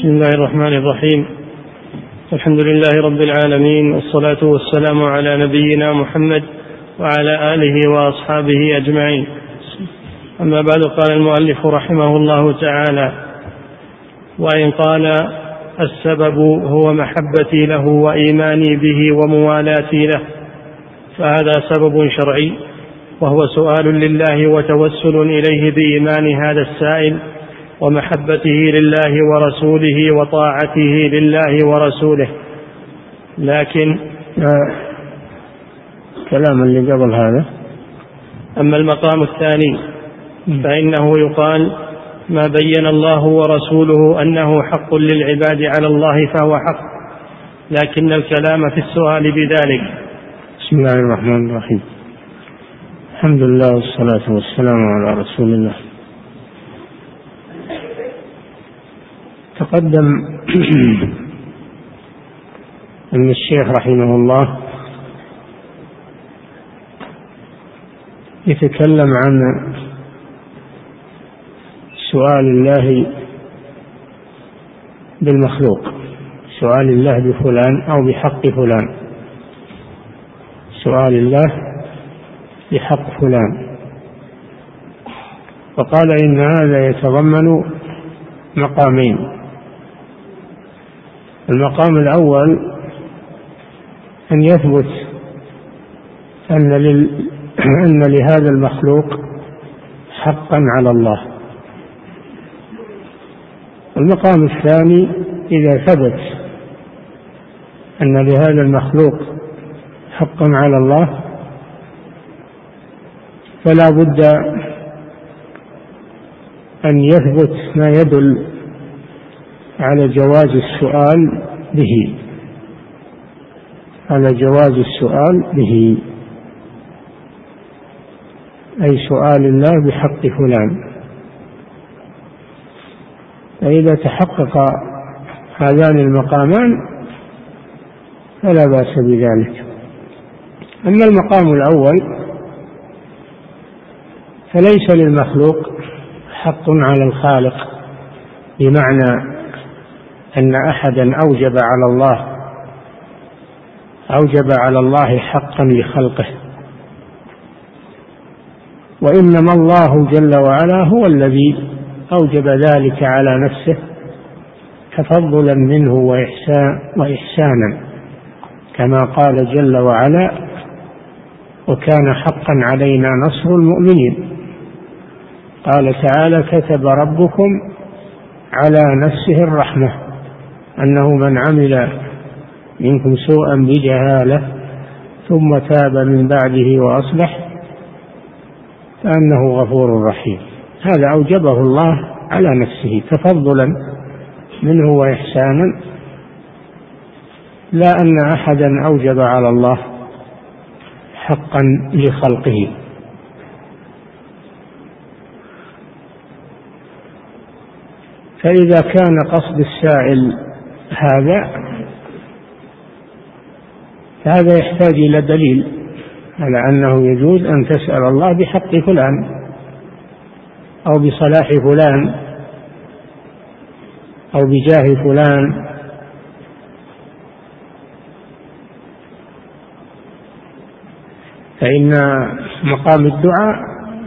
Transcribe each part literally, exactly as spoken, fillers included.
بسم الله الرحمن الرحيم. الحمد لله رب العالمين، والصلاة والسلام على نبينا محمد وعلى آله وأصحابه أجمعين. أما بعد، قال المؤلف رحمه الله تعالى: وإن قال السبب هو محبتي له وإيماني به وموالاتي له، فهذا سبب شرعي، وهو سؤال لله وتوسل إليه بإيمان هذا السائل ومحبته لله ورسوله وطاعته لله ورسوله. لكن كلام اللي قبل هذا. أما المقام الثاني فإنه يقال: ما بين الله ورسوله أنه حق للعباد على الله فهو حق، لكن الكلام في السؤال بذلك. بسم الله الرحمن الرحيم. الحمد لله والصلاة والسلام على رسول الله. تقدم أن الشيخ رحمه الله يتكلم عن سؤال الله بالمخلوق، سؤال الله بفلان أو بحق فلان، سؤال الله بحق فلان. وقال إن هذا يتضمن مقامين. المقام الأول أن يثبت أن, لل... أن لهذا المخلوق حقا على الله. المقام الثاني إذا ثبت أن لهذا المخلوق حقا على الله فلا بد أن يثبت ما يدل على جواز السؤال به، على جواز السؤال به، أي سؤال الله بحق فلان. فإذا تحقق هذان المقامان فلا بأس بذلك. أما المقام الأول فليس للمخلوق حق على الخالق، بمعنى أن أحدا أوجب على الله أوجب على الله حقا لخلقه، وإنما الله جل وعلا هو الذي أوجب ذلك على نفسه تفضلا منه وإحسان وإحسانا، كما قال جل وعلا: وكان حقا علينا نصر المؤمنين. قال تعالى: كتب ربكم على نفسه الرحمة أنه من عمل منكم سوءا بجهالة ثم تاب من بعده وأصلح فأنه غفور رحيم. هذا أوجبه الله على نفسه تفضلا منه وإحسانا، لا أن أحدا أوجب على الله حقا لخلقه. فإذا كان قصد السائل هذا فهذا يحتاج إلى دليل على أنه يجوز أن تسأل الله بحق فلان أو بصلاح فلان أو بجاه فلان. فإن مقام الدعاء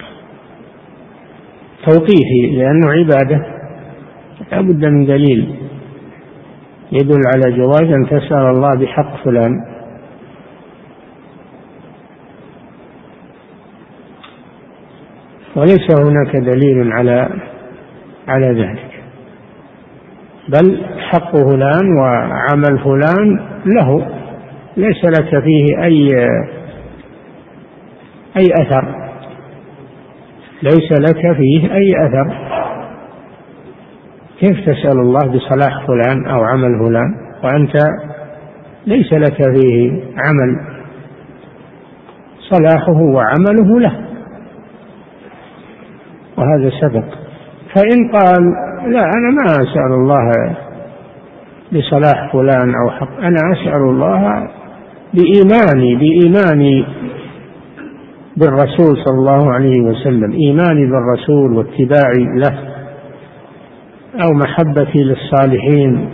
توقيفي لأنه عبادة، لا بد من دليل يدل على جواز أن تسأل الله بحق فلان. وليس هناك دليل على على ذلك، بل حق فلان وعمل فلان له، ليس لك فيه أي أي أثر، ليس لك فيه أي أثر. كيف تسأل الله بصلاح فلان أو عمل فلان وأنت ليس لك فيه عمل؟ صلاحه وعمله له، وهذا سبق. فإن قال: لا، أنا ما أسأل الله بصلاح فلان أو حق، أنا أسأل الله بإيماني بإيماني بالرسول صلى الله عليه وسلم، إيماني بالرسول واتباعي له، أو محبتي للصالحين،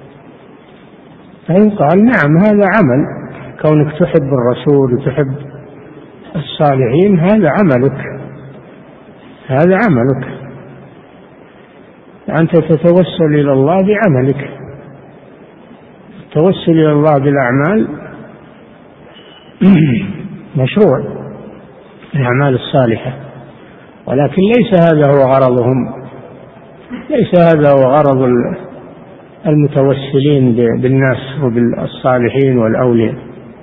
فيقال نعم هذا عمل، كونك تحب الرسول وتحب الصالحين هذا عملك، هذا عملك، أنت تتوسل إلى الله بعملك. التوسل إلى الله بالأعمال مشروع، الأعمال الصالحة، ولكن ليس هذا هو غرضهم، ليس هذا هو غرض المتوسلين بالناس وبالصالحين والأولياء.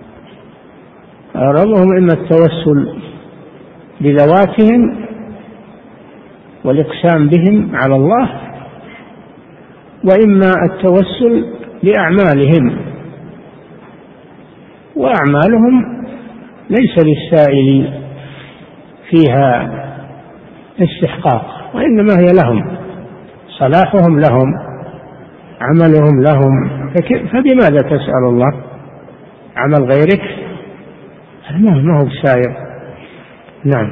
غرضهم إما التوسل بذواتهم والإقسام بهم على الله، وإما التوسل بأعمالهم، وأعمالهم ليس للسائل فيها استحقاق، وإنما هي لهم، صلاحهم لهم، عملهم لهم، فبماذا تسأل الله؟ عمل غيرك ما هو بسائر. نعم.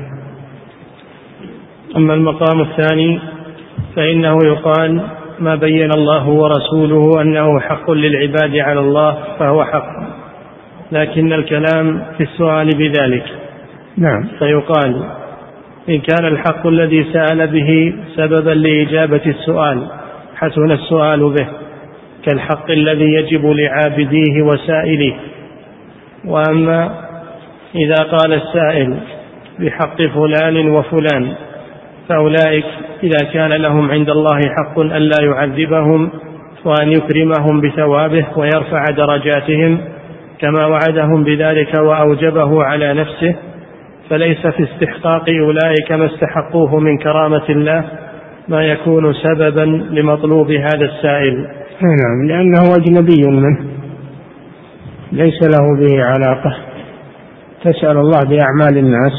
أما المقام الثاني فإنه يقال ما بين الله ورسوله أنه حق للعباد على الله فهو حق، لكن الكلام في السؤال بذلك. نعم. فيقال إن كان الحق الذي سأل به سببا لإجابة السؤال حسن السؤال به، كالحق الذي يجب لعابديه وسائليه. وأما إذا قال السائل بحق فلان وفلان فأولئك إذا كان لهم عند الله حق أن لا يعذبهم وأن يكرمهم بثوابه ويرفع درجاتهم كما وعدهم بذلك وأوجبه على نفسه، فليس في استحقاق أولئك ما استحقوه من كرامة الله ما يكون سببا لمطلوب هذا السائل. نعم، لأنه أجنبي منه ليس له به علاقة. تسأل الله بأعمال الناس،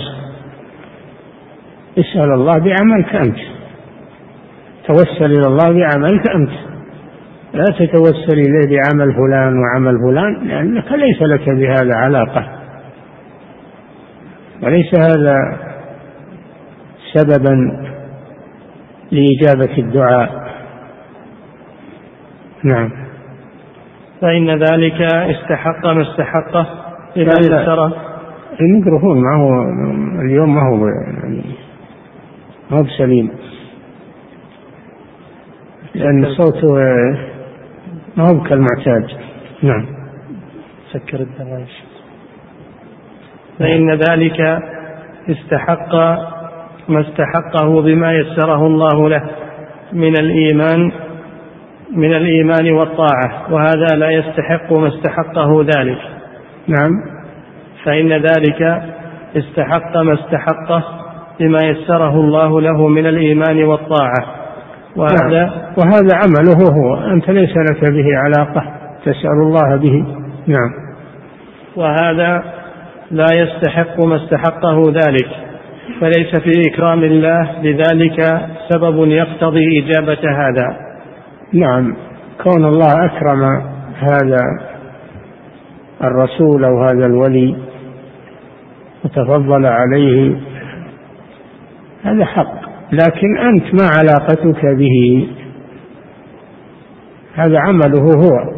اسأل الله بعملك أنت، توسل إلى الله بعملك أنت، لا تتوسل إليه بعمل فلان وعمل فلان، لأنك ليس لك بهذا علاقة، وليس هذا سببا لإجابة الدعاء. نعم. فإن ذلك استحق ما استحقه إذا يسر. الميكروفون ما هو اليوم ما هو يعني ما هو بسليم، لأن صوته ما هو كالمعتاد. نعم. سكر الدراج. فإن ذلك استحق ما استحقه بما يسره الله له من الإيمان من الإيمان والطاعة، وهذا لا يستحق ما استحقه ذلك. نعم. فإن ذلك استحق ما استحقه بما يسره الله له من الإيمان والطاعة، وهذا نعم. وهذا عمله هو، أنت ليس لك به علاقة، تسأل الله به. نعم. وهذا لا يستحق ما استحقه ذلك، فليس في إكرام الله لذلك سبب يقتضي إجابة هذا. نعم، كون الله أكرم هذا الرسول أو هذا الولي وتفضل عليه هذا حق، لكن أنت ما علاقتك به؟ هذا عمله هو،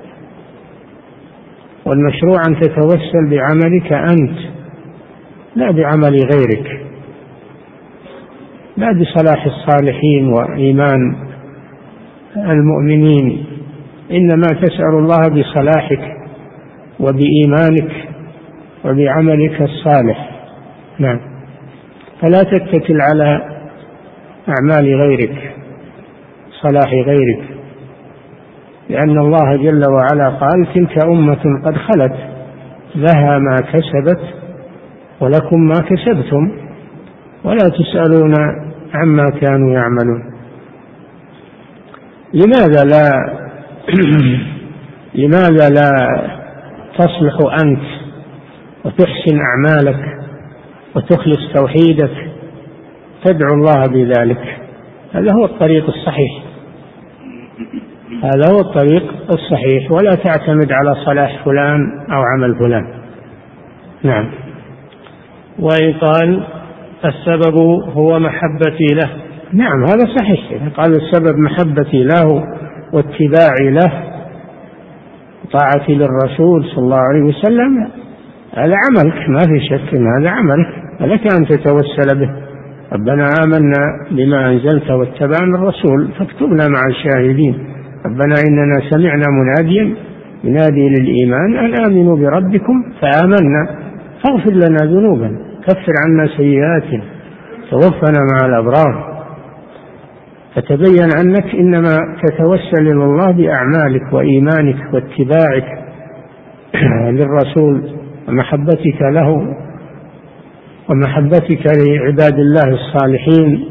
والمشروع أن تتوسل بعملك أنت لا بعمل غيرك، لا بصلاح الصالحين وإيمان المؤمنين، إنما تسأل الله بصلاحك وبإيمانك وبعملك الصالح. نعم. فلا تتكل على أعمال غيرك، صلاح غيرك، لأن الله جل وعلا قال تلك أمة قد خلت لها ما كسبت ولكم ما كسبتم ولا تسألون عما كانوا يعملون. لماذا لا لماذا لا تصلح أنت وتحسن أعمالك وتخلص توحيدك، تدعو الله بذلك؟ هذا هو الطريق الصحيح، هذا هو الطريق الصحيح، ولا تعتمد على صلاح فلان أو عمل فلان. نعم. وإن قال السبب هو محبتي له نعم هذا صحيح. قال السبب محبتي له واتباعي له طاعتي للرسول صلى الله عليه وسلم، هذا عملك ما في شك إن هذا عملك، فلك أن تتوسل به. ربنا آمنا بما أنزلت واتبعنا الرسول فاكتبنا مع الشاهدين. ربنا إننا سمعنا مناديا ينادي للإيمان أن آمنوا بربكم فآمنا فاغفر لنا ذنوبا كفر عنا سيئاتنا توفنا مع الأبرار. فتبين أنك إنما تتوسل إلى الله بأعمالك وإيمانك واتباعك للرسول ومحبتك له ومحبتك لعباد الله الصالحين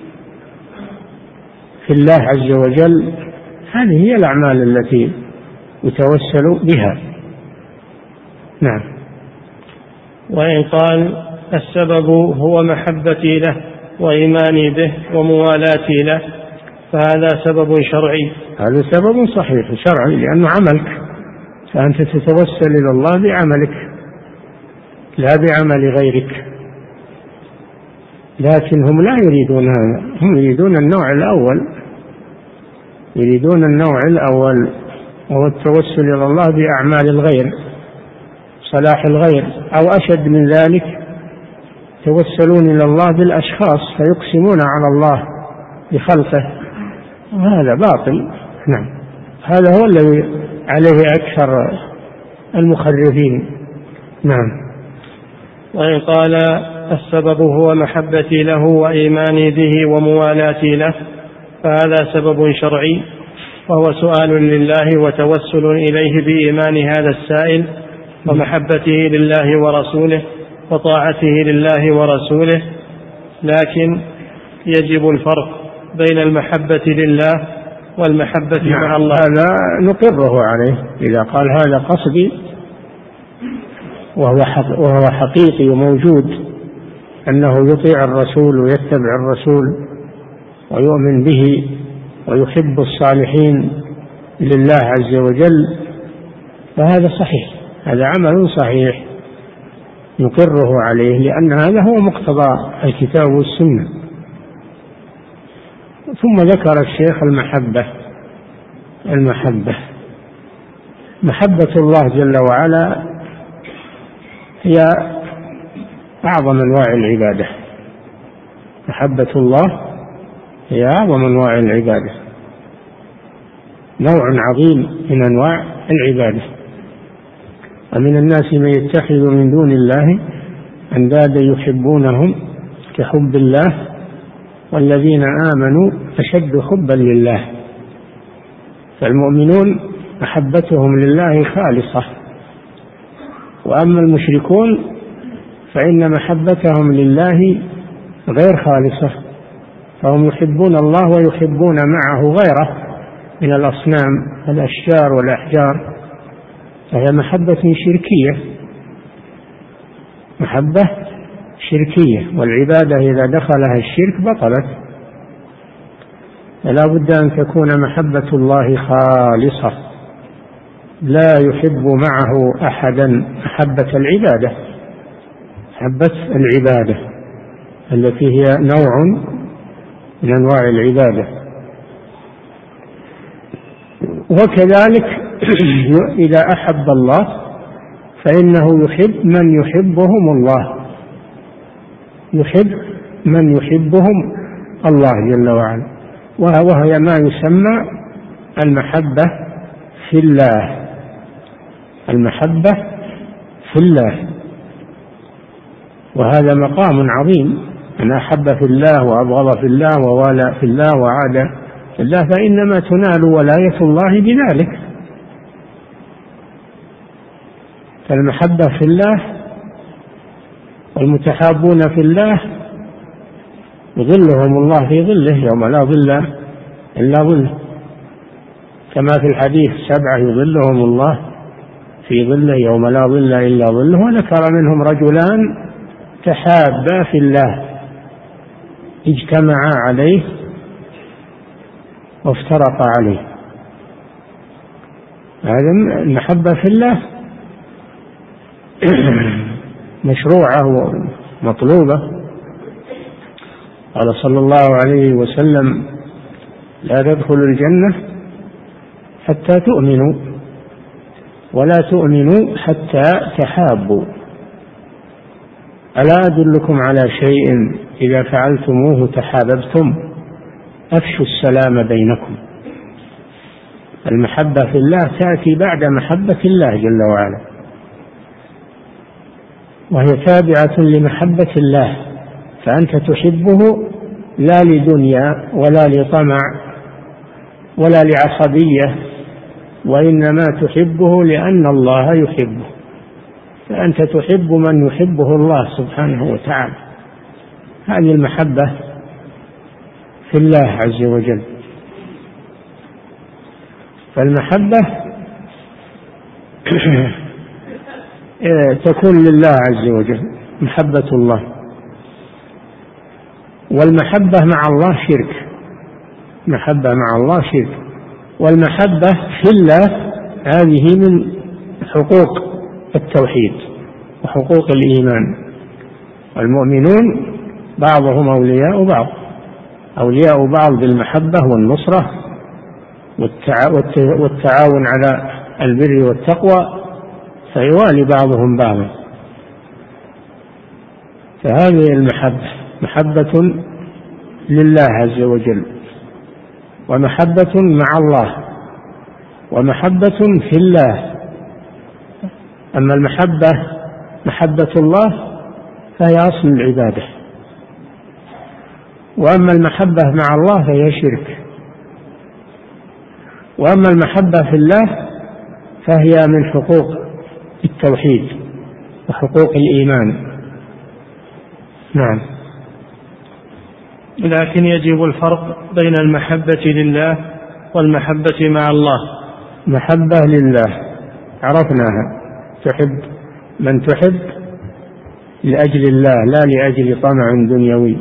في الله عز وجل. هذه هي الأعمال التي يتوسل بها. نعم. وإن قال السبب هو محبتي له وإيماني به وموالاتي له فهذا سبب شرعي. هذا سبب صحيح شرعي لأنه عملك، فأنت تتوسل إلى الله بعملك لا بعمل غيرك. لكن هم لا يريدون هذا، هم يريدون النوع الأول، يريدون النوع الأول وهو التوسل إلى الله بأعمال الغير صلاح الغير، أو أشد من ذلك توسلون إلى الله بالأشخاص فيقسمون على الله بخلقه، وهذا باطل. نعم هذا هو الذي عليه أكثر المخرفين. نعم. وإن قال السبب هو محبتي له وإيماني به وموالاتي له فهذا سبب شرعي وهو سؤال لله وتوسل إليه بإيمان هذا السائل ومحبته لله ورسوله وطاعته لله ورسوله. لكن يجب الفرق بين المحبة لله والمحبة نعم. مع الله. هذا نقره عليه إذا قال هذا قصدي وهو حقيقي وموجود أنه يطيع الرسول ويتبع الرسول ويؤمن به ويحب الصالحين لله عز وجل، فهذا صحيح، هذا عمل صحيح نقره عليه لأن هذا هو مقتضى الكتاب والسنة. ثم ذكر الشيخ المحبة المحبة محبة الله جل وعلا هي أعظم أنواع العبادة. محبة الله هي أعظم أنواع العبادة، نوع عظيم من أنواع العبادة. ومن الناس من يتخذ من دون الله أندادا يحبونهم كحب الله والذين آمنوا أشد حبا لله. فالمؤمنون محبتهم لله خالصة، وأما المشركون فإن محبتهم لله غير خالصة، فهم يحبون الله ويحبون معه غيره من الأصنام الأشجار والأحجار، فهي محبة شركية، محبة شركية، والعبادة إذا دخلها الشرك بطلت. فلا بد أن تكون محبة الله خالصة لا يحب معه أحدا، محبة العبادة، محبة العبادة التي هي نوع من أنواع العبادة. وكذلك إذا أحب الله فإنه يحب من يحبهم الله، يحب من يحبهم الله جل وعلا، وهي ما يسمى المحبة في الله، المحبة في الله. وهذا مقام عظيم، من أحب في الله وأبغض في الله ووالى في الله وعاد في الله فإنما تنال ولاية الله بذلك. فالمحبة في الله والمتحابون في الله يظلهم الله في ظله يوم لا ظل إلا ظله، كما في الحديث سبعة يظلهم الله في ظله يوم لا ظل إلا ظله. وذكر منهم رجلان تحابا في الله اجتمعا عليه وافترقا عليه. هذا المحبة في الله مشروعة ومطلوبة. قال صلى الله عليه وسلم: لا تدخلوا الجنة حتى تؤمنوا، ولا تؤمنوا حتى تحابوا. ألا أدلكم على شيء إذا فعلتموه تحاببتم؟ أفشوا السلام بينكم. المحبة في الله تأتي بعد محبة الله جل وعلا، وهي تابعة لمحبة الله، فأنت تحبه لا لدنيا ولا لطمع ولا لعصبية، وإنما تحبه لأن الله يحبه، فأنت تحب من يحبه الله سبحانه وتعالى. هذه المحبة في الله عز وجل. فالمحبة تكون لله عز وجل، محبة الله. والمحبة مع الله شرك، محبة مع الله شرك. والمحبة في الله هذه من حقوق التوحيد وحقوق الإيمان. المؤمنون بعضهم أولياء بعض، أولياء بعض بالمحبة والنصرة والتعاون على البر والتقوى، فيوالي بعضهم بعضا. فهذه المحبة محبة لله عز وجل، ومحبة مع الله، ومحبة في الله. أما المحبة محبة الله فهي أصل العبادة، وأما المحبة مع الله فهي شرك. وأما المحبة في الله فهي من حقوق التوحيد وحقوق الإيمان. نعم. لكن يجب الفرق بين المحبة لله والمحبة مع الله. محبة لله عرفناها، تحب من تحب لأجل الله لا لأجل طمع دنيوي.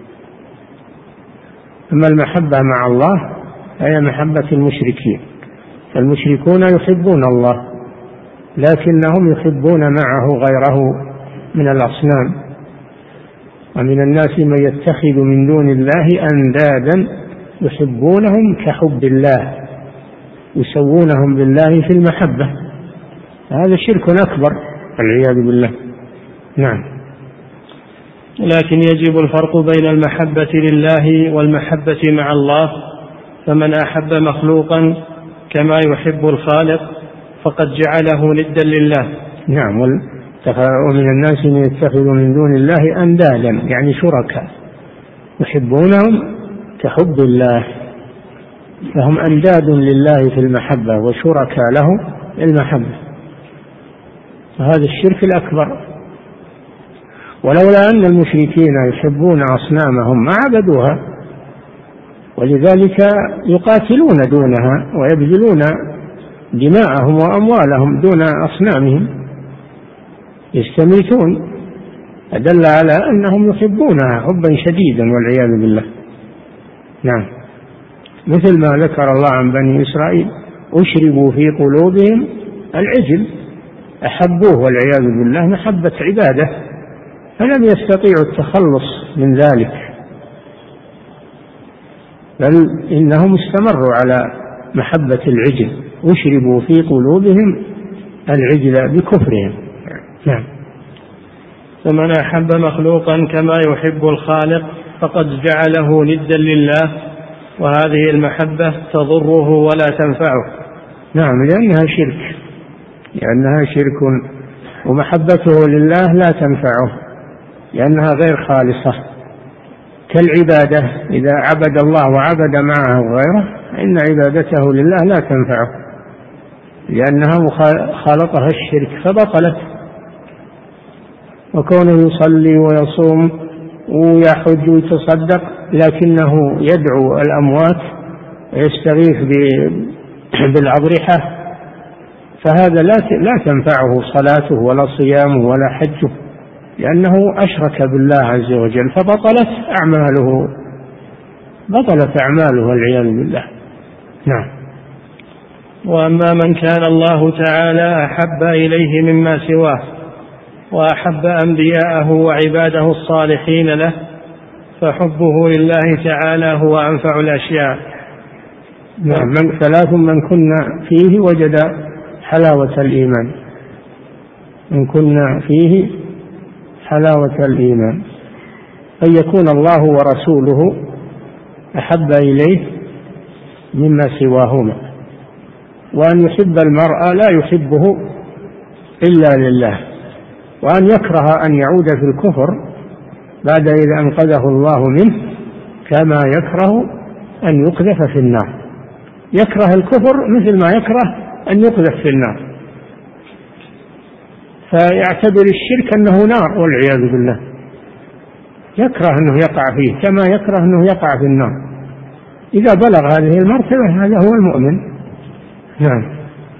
أما المحبة مع الله هي محبة المشركين، فالمشركون يحبون الله لكنهم يحبون معه غيره من الأصنام. ومن الناس من يتخذ من دون الله أندادا يحبونهم كحب الله، يسوونهم بالله في المحبة. هذا شرك أكبر والعياذ بالله. نعم. لكن يجب الفرق بين المحبة لله والمحبة مع الله. فمن أحب مخلوقا كما يحب الخالق فقد جعله ندا لله. نعم. ومن الناس من يتخذ من دون الله أندادا يعني شركاء يحبونهم كحب الله، فهم أنداد لله في المحبة وشركاء له في المحبة. فهذا الشرك الأكبر. ولولا أن المشركين يحبون أصنامهم ما عبدوها، ولذلك يقاتلون دونها ويبذلون دماءهم وأموالهم دون أصنامهم، يستميتون. أدل على أنهم يحبونها حبا شديدا والعياذ بالله. نعم. مثل ما ذكر الله عن بني إسرائيل: أشربوا في قلوبهم العجل، أحبوه والعياذ بالله محبة عبادة، فلم يستطيعوا التخلص من ذلك، بل إنهم استمروا على محبة العجل. أشربوا في قلوبهم العجل بكفرهم. نعم. فمن أحب مخلوقا كما يحب الخالق فقد جعله ندا لله، وهذه المحبة تضره ولا تنفعه. نعم، لأنها شرك، لأنها شرك، ومحبته لله لا تنفعه لأنها غير خالصة. كالعبادة، إذا عبد الله وعبد معه غيره إن عبادته لله لا تنفعه لأنها خالطها الشرك فبطلت. وكونه يصلي ويصوم ويحج ويتصدق لكنه يدعو الأموات ويستغيث بالأضرحة، فهذا لا تنفعه صلاته ولا صيامه ولا حجه، لأنه أشرك بالله عز وجل فبطلت أعماله، بطلت أعماله والعياذ بالله. نعم. وأما من كان الله تعالى أحب إليه مما سواه وأحب أنبياءه وعباده الصالحين له، فحبه لله تعالى هو أنفع الأشياء. نعم. من ثلاث من كنا فيه وجد حلاوة الإيمان، من كنا فيه حلاوة الإيمان، أن يكون الله ورسوله أحب إليه مما سواهما، وأن يحب المرء لا يحبه إلا لله، وأن يكره أن يعود في الكفر بعد إذا أنقذه الله منه، كما يكره أن يقذف في النار. يكره الكفر مثل ما يكره أن يقذف في النار، فيعتبر الشرك أنه نار والعياذ بالله، يكره أنه يقع فيه كما يكره أنه يقع في النار. إذا بلغ هذه المرتبة هذا هو المؤمن. نعم.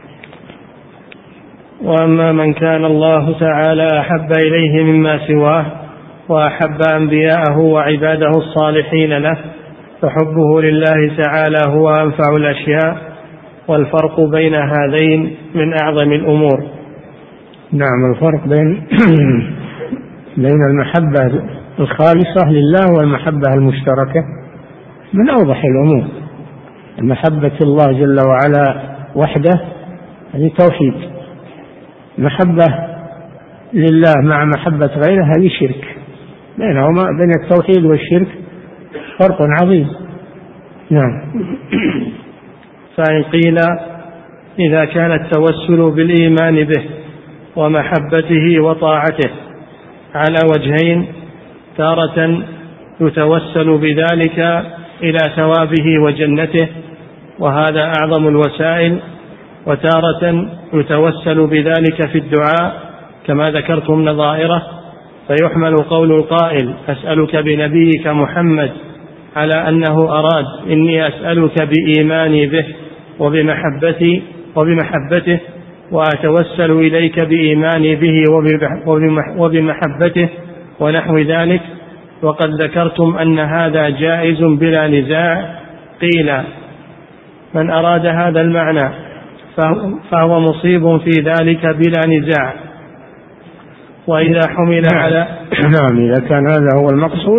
وأما من كان الله تعالى أحب إليه مما سواه وأحب أنبياءه وعباده الصالحين له، فحبه لله تعالى هو أنفع الأشياء، والفرق بين هذين من أعظم الأمور. نعم. الفرق بين بين المحبة الخالصة لله والمحبة المشتركة من أوضح الأمور. محبة الله جل وعلا وحده هذه توحيد، محبة لله مع محبة غيره هذه شرك، بينهما بين التوحيد والشرك فرق عظيم. نعم. فإن قيل إذا كان التوسل بالإيمان به ومحبته وطاعته على وجهين، تارة يتوسل بذلك إلى ثوابه وجنته وهذا أعظم الوسائل، وتارة يتوسل بذلك في الدعاء كما ذكرتم نظائره، فيحمل قول القائل أسألك بنبيك محمد على أنه أراد إني أسألك بإيماني به وبمحبتي وبمحبته، وأتوسل إليك بإيماني به وبمحبته ونحو ذلك. وقد ذكرتم أن هذا جائز بلا نزاع. قيل من أراد هذا المعنى فهو مصيب في ذلك بلا نزاع. وإذا حمل على نعم. إذا كان هذا هو المقصود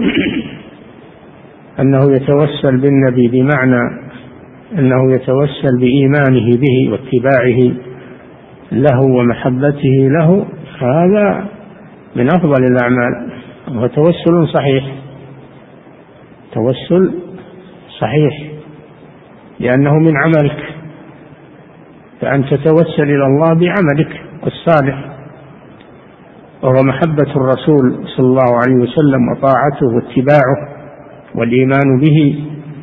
أنه يتوسل بالنبي بمعنى أنه يتوسل بإيمانه به واتباعه له ومحبته له، هذا من أفضل الأعمال، وهو توسل صحيح، توسل صحيح لأنه من عملك، فأن تتوسل إلى الله بعملك الصالح، وهو محبة الرسول صلى الله عليه وسلم وطاعته واتباعه والإيمان به.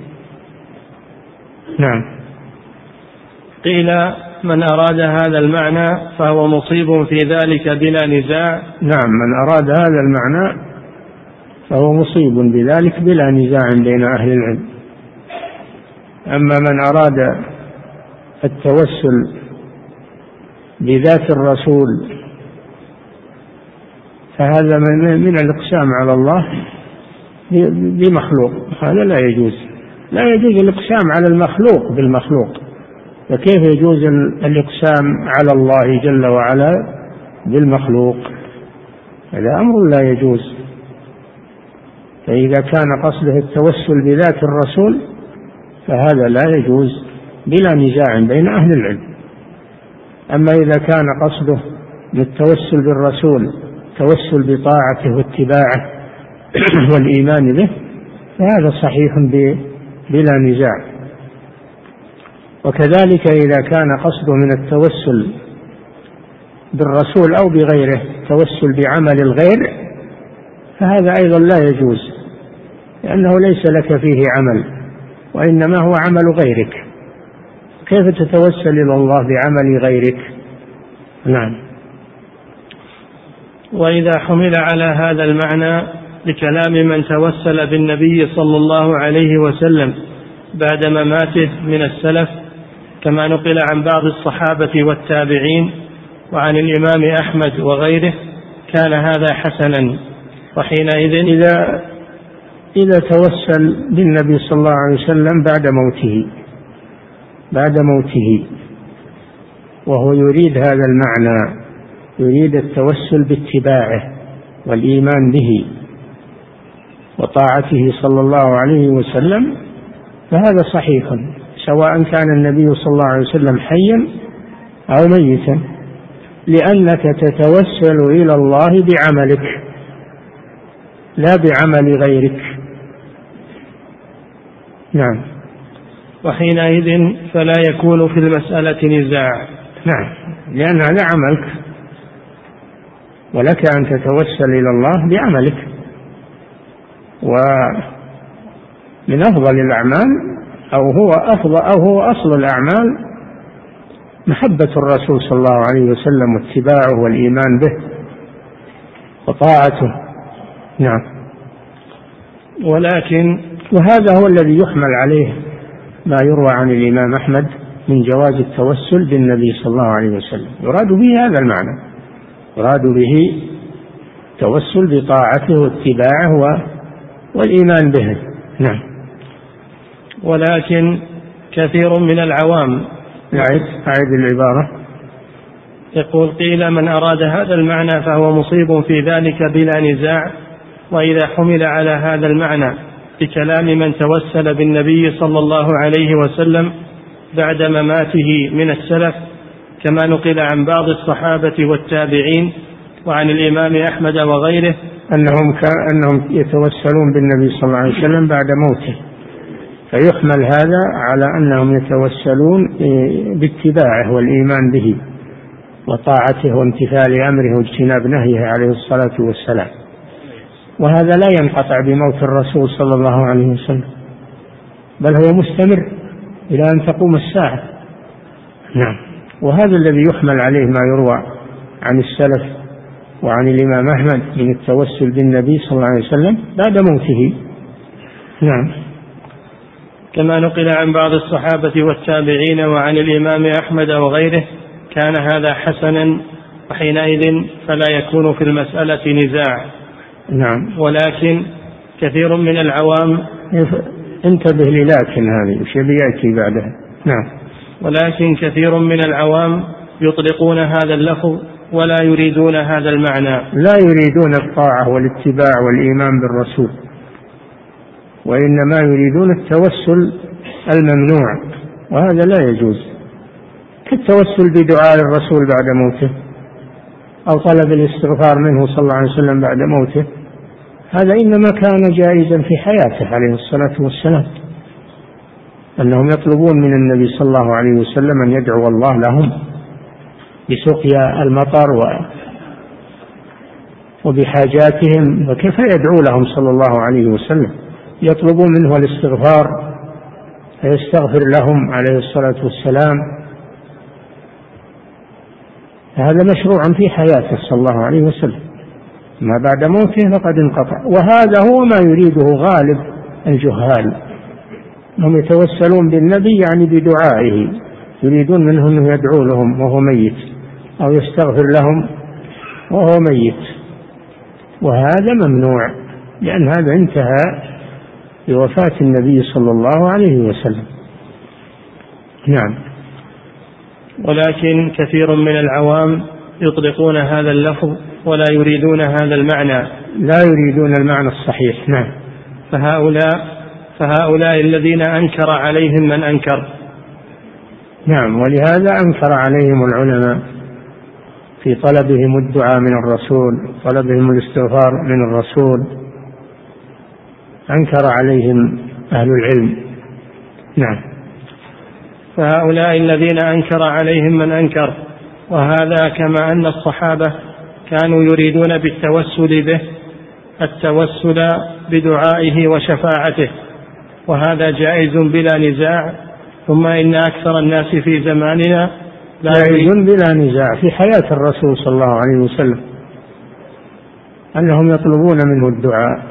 نعم. قيل من أراد هذا المعنى فهو مصيب في ذلك بلا نزاع. نعم. من أراد هذا المعنى فهو مصيب بذلك بلا نزاع بين أهل العلم. أما من أراد التوسل بذات الرسول فهذا من الإقسام على الله بمخلوق، هذا لا يجوز. لا يجوز الإقسام على المخلوق بالمخلوق، فكيف يجوز الإقسام على الله جل وعلا بالمخلوق؟ هذا أمر لا يجوز. فإذا كان قصده التوسل بذات الرسول فهذا لا يجوز بلا نزاع بين أهل العلم. أما إذا كان قصده بالتوسل بالرسول توسل بطاعته واتباعه والإيمان به فهذا صحيح بلا نزاع. وكذلك إذا كان قصده من التوسل بالرسول أو بغيره توسل بعمل الغير فهذا أيضا لا يجوز، لأنه ليس لك فيه عمل وإنما هو عمل غيرك، كيف تتوسل إلى الله بعمل غيرك؟ نعم. وإذا حمل على هذا المعنى لكلام من توسل بالنبي صلى الله عليه وسلم بعد مماته من السلف كما نقل عن بعض الصحابة والتابعين وعن الإمام أحمد وغيره، كان هذا حسنا. وحينئذ إذا إذا توسل بالنبي صلى الله عليه وسلم بعد موته بعد موته وهو يريد هذا المعنى، يريد التوسل باتباعه والإيمان به وطاعته صلى الله عليه وسلم، فهذا صحيح سواء كان النبي صلى الله عليه وسلم حيا أو ميتا، لأنك تتوسل إلى الله بعملك لا بعمل غيرك. نعم. وحينئذ فلا يكون في المسألة نزاع. نعم، لأن هذا عملك، ولك أن تتوسل إلى الله بعملك. ومن أفضل الأعمال أو هو أفضل أو هو أصل الأعمال محبة الرسول صلى الله عليه وسلم واتباعه والإيمان به وطاعته. نعم. ولكن وهذا هو الذي يحمل عليه ما يروى عن الإمام أحمد من جواز التوسل بالنبي صلى الله عليه وسلم، يراد به هذا المعنى، يراد به التوسل بطاعته واتباعه والإيمان به. نعم. ولكن كثير من العوام، أعد أعد العبارة. يقول: قيل من أراد هذا المعنى فهو مصيب في ذلك بلا نزاع، وإذا حمل على هذا المعنى بكلام من توسل بالنبي صلى الله عليه وسلم بعد مماته من السلف، كما نقل عن بعض الصحابة والتابعين وعن الإمام أحمد وغيره أنهم أنهم يتوسلون بالنبي صلى الله عليه وسلم بعد موته، فيحمل هذا على أنهم يتوسلون باتباعه والإيمان به وطاعته وامتثال أمره واجتناب نهيه عليه الصلاة والسلام، وهذا لا ينقطع بموت الرسول صلى الله عليه وسلم، بل هو مستمر إلى أن تقوم الساعة. نعم. وهذا الذي يحمل عليه ما يروى عن السلف وعن الإمام أحمد من التوسل بالنبي صلى الله عليه وسلم بعد موته. نعم. كما نقل عن بعض الصحابة والتابعين وعن الإمام أحمد وغيره كان هذا حسنا، وحينئذ فلا يكون في المسألة نزاع. نعم. ولكن كثير من العوام، انتبه للكن هذه وش بيأتي بعدها. نعم. ولكن كثير من العوام يطلقون هذا اللفظ ولا يريدون هذا المعنى، لا يريدون الطاعة والاتباع والإيمان بالرسول، وإنما يريدون التوسل الممنوع، وهذا لا يجوز، كالتوسل بدعاء الرسول بعد موته أو طلب الاستغفار منه صلى الله عليه وسلم بعد موته، هذا إنما كان جائزا في حياته عليه الصلاة والسلام، أنهم يطلبون من النبي صلى الله عليه وسلم أن يدعو الله لهم بسقيا المطر وبحاجاتهم، وكيف يدعو لهم صلى الله عليه وسلم، يطلبون منه الاستغفار فيستغفر لهم عليه الصلاة والسلام، هذا مشروع في حياته صلى الله عليه وسلم، ما بعد موته فقد انقطع. وهذا هو ما يريده غالب الجهال، هم يتوسلون بالنبي يعني بدعائه، يريدون منه أنه يدعو لهم وهو ميت أو يستغفر لهم وهو ميت، وهذا ممنوع، لأن هذا انتهى بوفاة النبي صلى الله عليه وسلم. نعم. ولكن كثير من العوام يطلقون هذا اللفظ ولا يريدون هذا المعنى، لا يريدون المعنى الصحيح. نعم. فهؤلاء فهؤلاء الذين أنكر عليهم من أنكر. نعم. ولهذا أنكر عليهم العلماء في طلبهم الدعاء من الرسول، طلبهم الاستغفار من الرسول، أنكر عليهم أهل العلم. نعم. فهؤلاء الذين أنكر عليهم من أنكر، وهذا كما أن الصحابة كانوا يريدون بالتوسل به التوسل بدعائه وشفاعته، وهذا جائز بلا نزاع. ثم إن أكثر الناس في زماننا لا جائز بلا نزاع في حياة الرسول صلى الله عليه وسلم أنهم يطلبون منه الدعاء،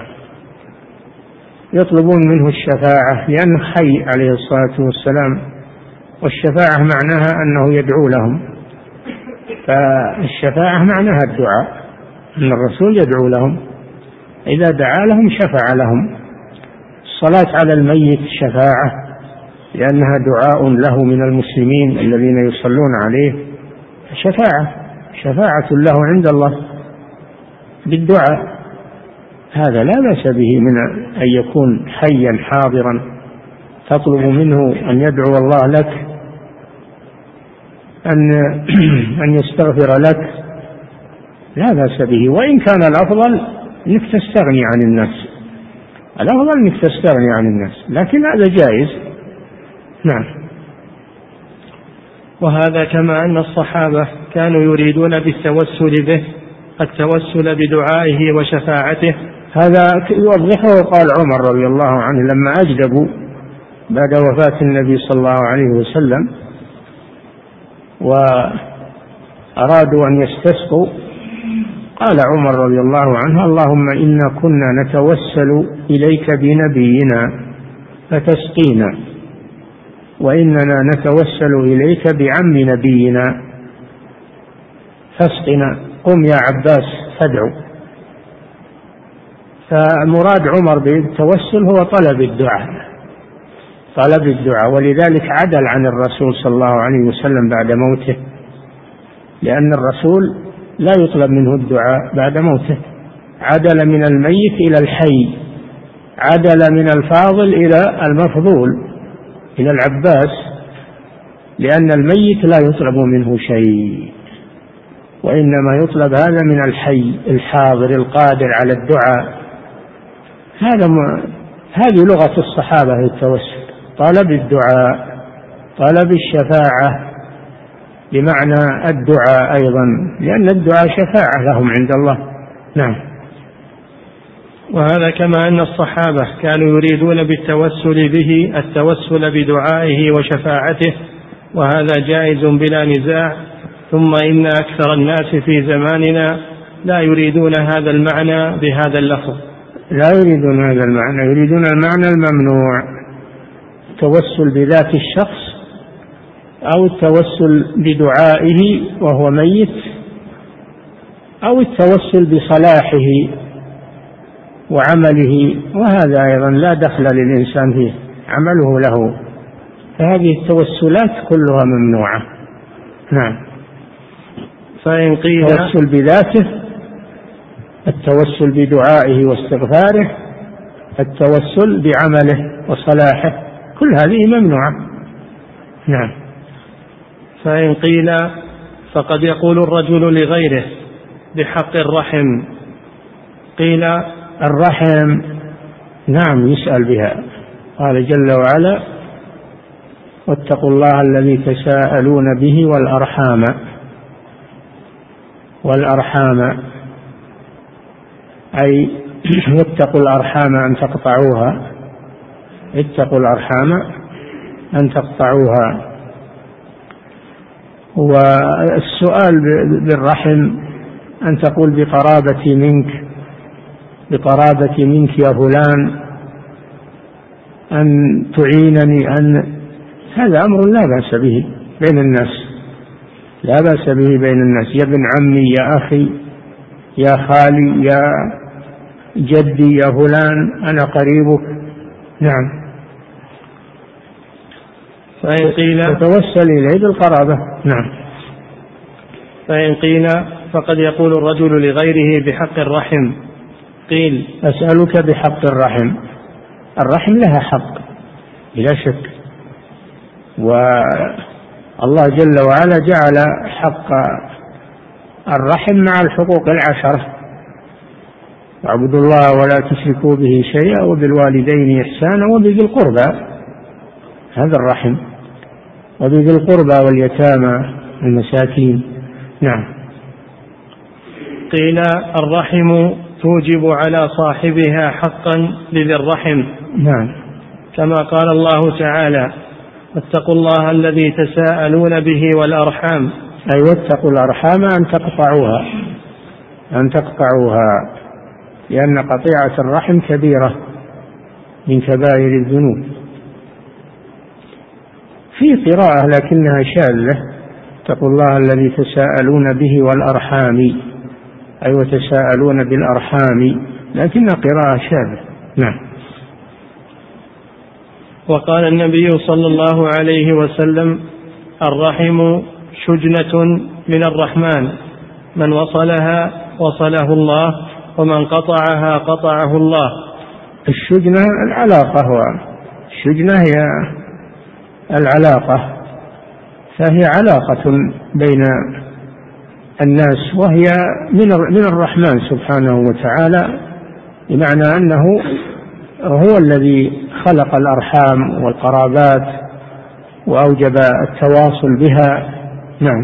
يطلبون منه الشفاعة، لأنه حي عليه الصلاة والسلام، والشفاعة معناها أنه يدعو لهم، فالشفاعة معناها الدعاء، أن الرسول يدعو لهم، إذا دعا لهم شفع لهم. الصلاة على الميت شفاعة، لأنها دعاء له من المسلمين الذين يصلون عليه، شفاعة شفاعة له عند الله بالدعاء. هذا لا بأس به من أن يكون حيا حاضرا تطلب منه أن يدعو الله لك، أن أن يستغفر لك، لا بأس به. وإن كان الأفضل أنك تستغني عن الناس، الأفضل أنك تستغني عن الناس، لكن هذا جائز. نعم. وهذا كما أن الصحابة كانوا يريدون بالتوسل به التوسل بدعائه وشفاعته. هذا يوضحه قال عمر رضي الله عنه لما أجدبوا بعد وفاة النبي صلى الله عليه وسلم وأرادوا أن يستسقوا، قال عمر رضي الله عنه: اللهم إنا كنا نتوسل إليك بنبينا فتسقينا، وإننا نتوسل إليك بعم نبينا فاسقنا، قم يا عباس فادعو. فمراد عمر بالتوسل هو طلب الدعاء، طلب الدعاء، ولذلك عدل عن الرسول صلى الله عليه وسلم بعد موته، لأن الرسول لا يطلب منه الدعاء بعد موته، عدل من الميت إلى الحي، عدل من الفاضل إلى المفضول إلى العباس، لأن الميت لا يطلب منه شيء، وإنما يطلب هذا من الحي الحاضر القادر على الدعاء. هذا م... هذه لغة الصحابة في التوسل، طلب الدعاء، طلب الشفاعة بمعنى الدعاء أيضا، لأن الدعاء شفاعة لهم عند الله. نعم. وهذا كما أن الصحابة كانوا يريدون بالتوسل به التوسل بدعائه وشفاعته، وهذا جائز بلا نزاع. ثم إن أكثر الناس في زماننا لا يريدون هذا المعنى بهذا اللفظ، لا يريدون هذا المعنى، يريدون المعنى الممنوع، التوسل بذات الشخص أو التوسل بدعائه وهو ميت، أو التوسل بصلاحه وعمله، وهذا أيضا لا دخل للإنسان فيه، عمله له، فهذه التوسلات كلها ممنوعة. نعم. فإن قيل التوسل بذاته، التوسل بدعائه واستغفاره، التوسل بعمله وصلاحه، كل هذه ممنوعة. نعم. فإن قيل فقد يقول الرجل لغيره بحق الرحم، قيل الرحم نعم يسأل بها، قال جل وعلا: واتقوا الله الذي تساءلون به والأرحام، والأرحام أي واتقوا الأرحام أن تقطعوها، اتقوا الأرحام أن تقطعوها. والسؤال بالرحم أن تقول بقرابتي منك، بقرابتي منك يا فلان، أن تعينني، أن هذا أمر لا بأس به بين الناس، لا بأس به بين الناس، يا ابن عمي، يا أخي، يا خالي، يا جدي، يا فلان، أنا قريبك. نعم. فإن قيل تتوسل إليه بالقرابة. نعم. فإن قيل فقد يقول الرجل لغيره بحق الرحم، قيل أسألك بحق الرحم، الرحم لها حق بلا شك، والله جل وعلا جعل حق الرحم مع الحقوق العشرة: واعبدوا الله ولا تشركوا به شيئا وبالوالدين إحسانا وبذي القربى، هذا الرحم، وبذي القربى واليتامى المساكين. نعم. قيل الرحم توجب على صاحبها حقا لذي الرحم. نعم. كما قال الله تعالى: واتقوا الله الذي تساءلون به والأرحام، أي واتقوا الأرحام أن تقطعوها، أن تقطعوها، لأن قطيعة الرحم كبيرة من كبائر الذنوب. في قراءة لكنها شاذة: اتقوا الله الذي تساءلون به والأرحام، أي وتساءلون بالأرحام، لكن قراءة شاذة. نعم. وقال النبي صلى الله عليه وسلم: الرحم شجنة من الرحمن، من وصلها وصله الله ومن قطعها قطعه الله. الشجنة العلاقة، الشجنة هي العلاقة، فهي علاقة بين الناس، وهي من الرحمن سبحانه وتعالى، بمعنى أنه هو الذي خلق الأرحام والقرابات وأوجب التواصل بها. نعم.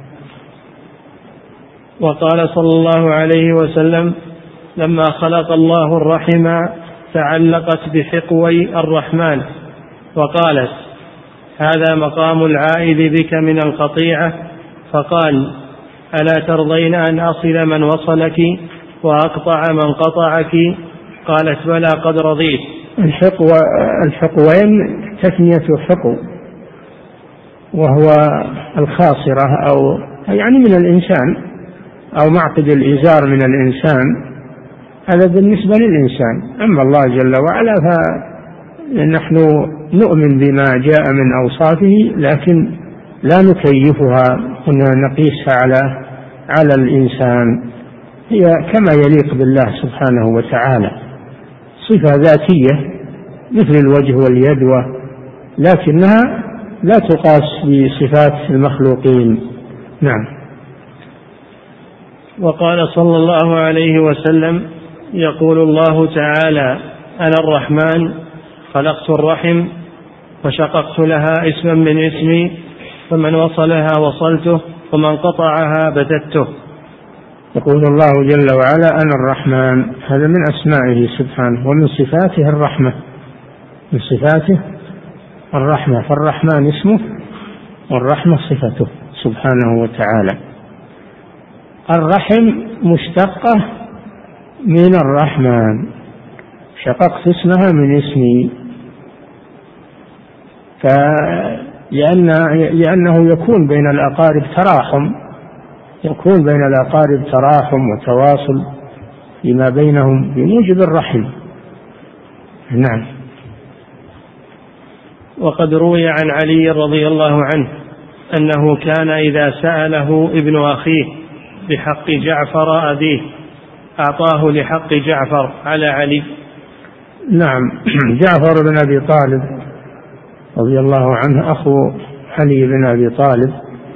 وقال صلى الله عليه وسلم: لما خلق الله الرحم تعلقت بحقوي الرحمن، وقالت: هذا مقام العائذ بك من القطيعة. فقال: ألا ترضين أن أصل من وصلك وأقطع من قطعك؟ قالت: بلى قد رضيت. الحقو الحقوين تثنية حقو، وهو الخاصرة أو يعني من الإنسان، أو معقد الإزار من الإنسان، هذا بالنسبة للإنسان. أما الله جل وعلا فنحن نؤمن بما جاء من أوصافه، لكن لا نكيفها ونقيسها على على الإنسان، هي كما يليق بالله سبحانه وتعالى، صفة ذاتية مثل الوجه واليد، لكنها لا تقاس بصفات المخلوقين. نعم. وقال صلى الله عليه وسلم: يقول الله تعالى: أنا الرحمن خلقت الرحم وشققت لها اسما من اسمي، فمن وصلها وصلته ومن قطعها بتته. يقول الله جل وعلا: أنا الرحمن، هذا من أسمائه سبحانه، ومن صفاته الرحمة، من صفاته الرحمة، فالرحمن اسمه والرحمة صفته سبحانه وتعالى. الرحم مشتقة من الرحمن، شققت اسمها من اسمي، لأن لأنه يكون بين الأقارب تراحم، يكون بين الأقارب تراحم وتواصل فيما بينهم بموجب الرحم. نعم. وقد روي عن علي رضي الله عنه أنه كان إذا سأله ابن أخيه بحق جعفر أبيه أعطاه لحق جعفر على علي. نعم. جعفر بن أبي طالب رضي الله عنه أخو علي بن أبي طالب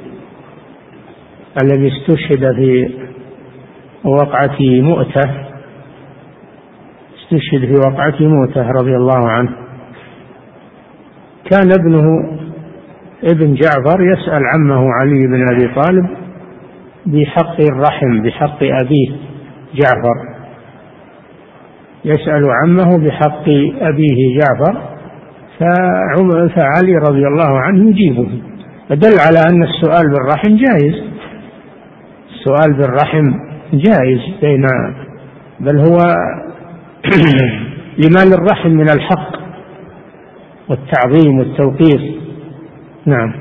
الذي استشهد في وقعة مؤتة، استشهد في وقعة مؤتة رضي الله عنه. كان ابنه ابن جعفر يسأل عمه علي بن أبي طالب بحق الرحم، بحق أبيه جعفر، يسأل عمه بحق أبيه جعفر، فعلي رضي الله عنه يجيبه، فدل على أن السؤال بالرحم جائز، السؤال بالرحم جائز بين، بل هو لما للرحم من الحق والتعظيم والتوقير. نعم.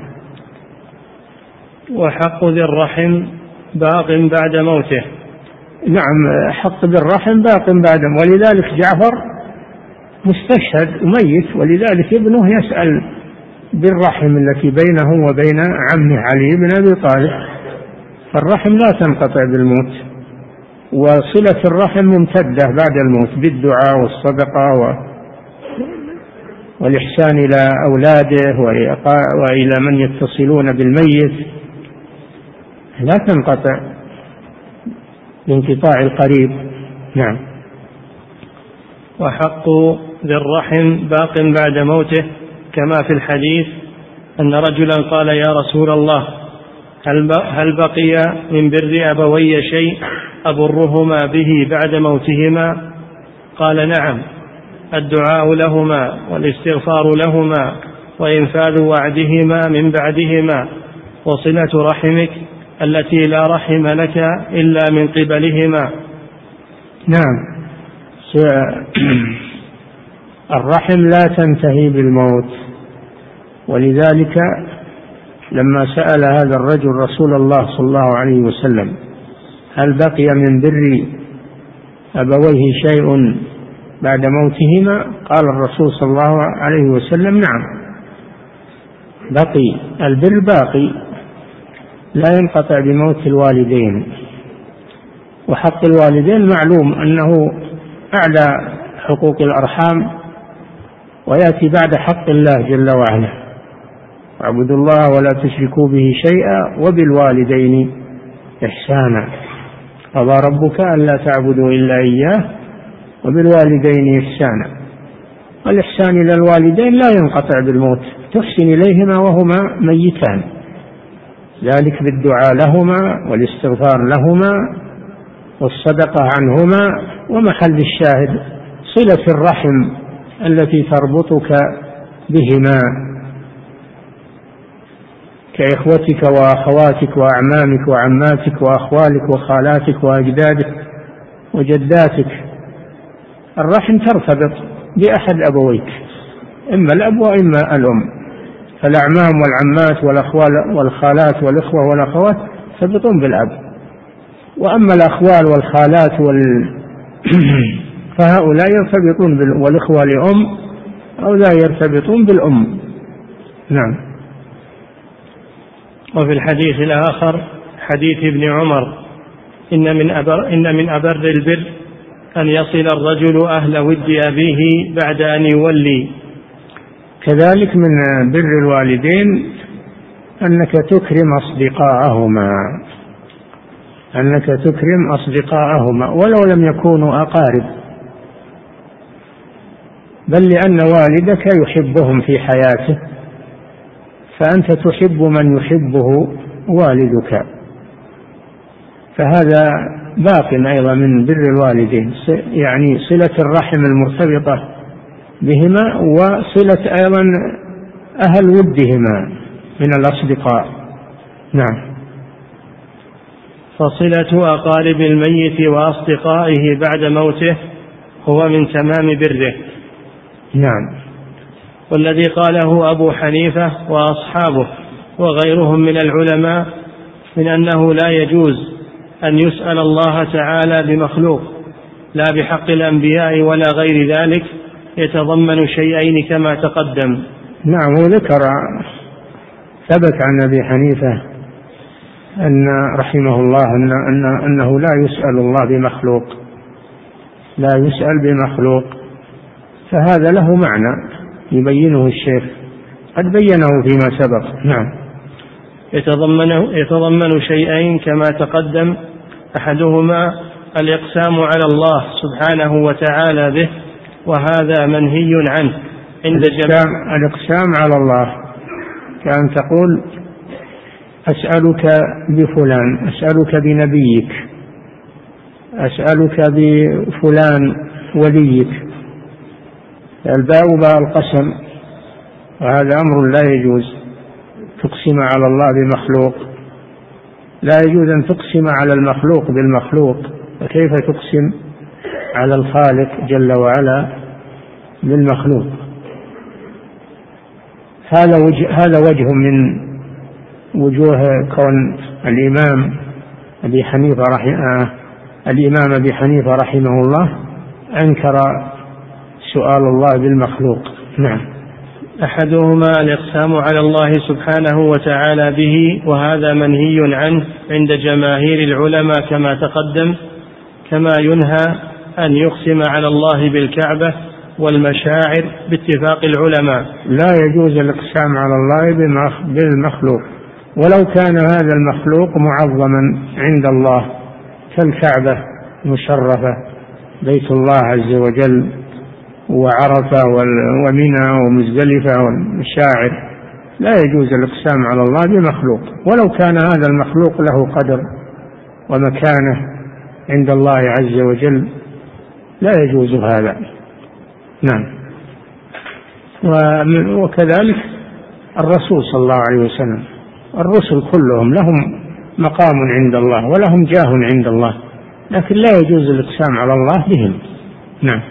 وحق ذي الرحم باق بعد موته. نعم، حق ذي الرحم باق بعد، ولذلك جعفر مستشهد وميت، ولذلك ابنه يسأل بالرحم التي بينه وبين عمه علي بن أبي طالب، فالرحم لا تنقطع بالموت، وصلة الرحم ممتدة بعد الموت بالدعاء والصدقة والإحسان إلى أولاده وإلى من يتصلون بالميت، لا تنقطع بانقطاع القريب. نعم. وحق ذي الرحم باق بعد موته، كما في الحديث أن رجلا قال: يا رسول الله، هل بقي من بر أبوي شيء أبرهما به بعد موتهما؟ قال: نعم، الدعاء لهما والاستغفار لهما وإنفاذ وعدهما من بعدهما وصلة رحمك التي لا رحم لك إلا من قبلهما. نعم. الرحم لا تنتهي بالموت، ولذلك لما سأل هذا الرجل رسول الله صلى الله عليه وسلم: هل بقي من بر أبويه شيء بعد موتهما؟ قال الرسول صلى الله عليه وسلم: نعم، بقي البر باقي لا ينقطع بموت الوالدين، وحق الوالدين معلوم أنه أعلى حقوق الأرحام، ويأتي بعد حق الله جل وعلا: واعبدوا الله ولا تشركوا به شيئا وبالوالدين إحسانا، قضى ربك ألا تعبدوا إلا إياه وبالوالدين إحسانا. والإحسان إلى الوالدين لا ينقطع بالموت، تحسن إليهما وهما ميتان، ذلك بالدعاء لهما والاستغفار لهما والصدقة عنهما. ومحل الشاهد صلة الرحم التي تربطك بهما كإخوتك وأخواتك وأعمامك وعماتك وأخوالك وخالاتك وأجدادك وجداتك. الرحم ترتبط بأحد أبويك، إما الأب وإما الأم، فالأعمام والعمات والأخوال والخالات والإخوة والأخوات يرتبطون بالأب. وأما الأخوال والخالات وال فهؤلاء يرتبطون بال... والإخوة لأم أو لا يرتبطون بالأم. نعم. وفي الحديث الآخر حديث ابن عمر: إن من أبر, إن من أبر البر أن يصل الرجل أهل ود أبيه بعد أن يولي. كذلك من بر الوالدين أنك تكرم أصدقاءهما، أنك تكرم أصدقاءهما ولو لم يكونوا أقارب، بل لأن والدك يحبهم في حياته، فأنت تحب من يحبه والدك، فهذا باق أيضا من بر الوالدين، يعني صلة الرحم المرتبطة بهما وصلة أيضا أهل ودهما من الأصدقاء. نعم. فصلة أقارب الميت وأصدقائه بعد موته هو من تمام بره. نعم. والذي قاله أبو حنيفة وأصحابه وغيرهم من العلماء من أنه لا يجوز أن يسأل الله تعالى بمخلوق لا بحق الأنبياء ولا غير ذلك يتضمن شيئين كما تقدم. نعم. وذكر ثبت عن أبي حنيفة أن رحمه الله أن أن أنه لا يسأل الله بمخلوق، لا يسأل بمخلوق، فهذا له معنى يبينه الشيخ، قد بينه فيما سبق. نعم. يتضمن يتضمن شيئين كما تقدم: أحدهما الإقسام على الله سبحانه وتعالى به، وهذا منهي عنه عند جميع. الإقسام على الله كأن تقول: أسألك بفلان، أسألك بنبيك، أسألك بفلان وليك، الباء باء القسم، وهذا أمر لا يجوز تقسم على الله بمخلوق، لا يجوز أن تقسم على المخلوق بالمخلوق، فكيف تقسم على الخالق جل وعلا بالمخلوق؟ هذا وجه, هذا وجه من وجوه كون الإمام أبي حنيفة رحمه الإمام أبي حنيفة رحمه الله أنكر سؤال الله بالمخلوق. نعم. أحدهما الإقسام على الله سبحانه وتعالى به، وهذا منهي عنه عند جماهير العلماء كما تقدم، كما ينهى أن يقسم على الله بالكعبة والمشاعر باتفاق العلماء. لا يجوز الإقسام على الله بالمخلوق ولو كان هذا المخلوق معظما عند الله كالكعبة المشرفة، بيت الله عز وجل، وعرفة ومنى ومزدلفة والمشاعر، لا يجوز الإقسام على الله بمخلوق ولو كان هذا المخلوق له قدر ومكانة عند الله عز وجل، لا يجوز هذا. نعم. وكذلك الرسول صلى الله عليه وسلم، الرسل كلهم لهم مقام عند الله ولهم جاه عند الله، لكن لا يجوز الإقسام على الله بهم. نعم.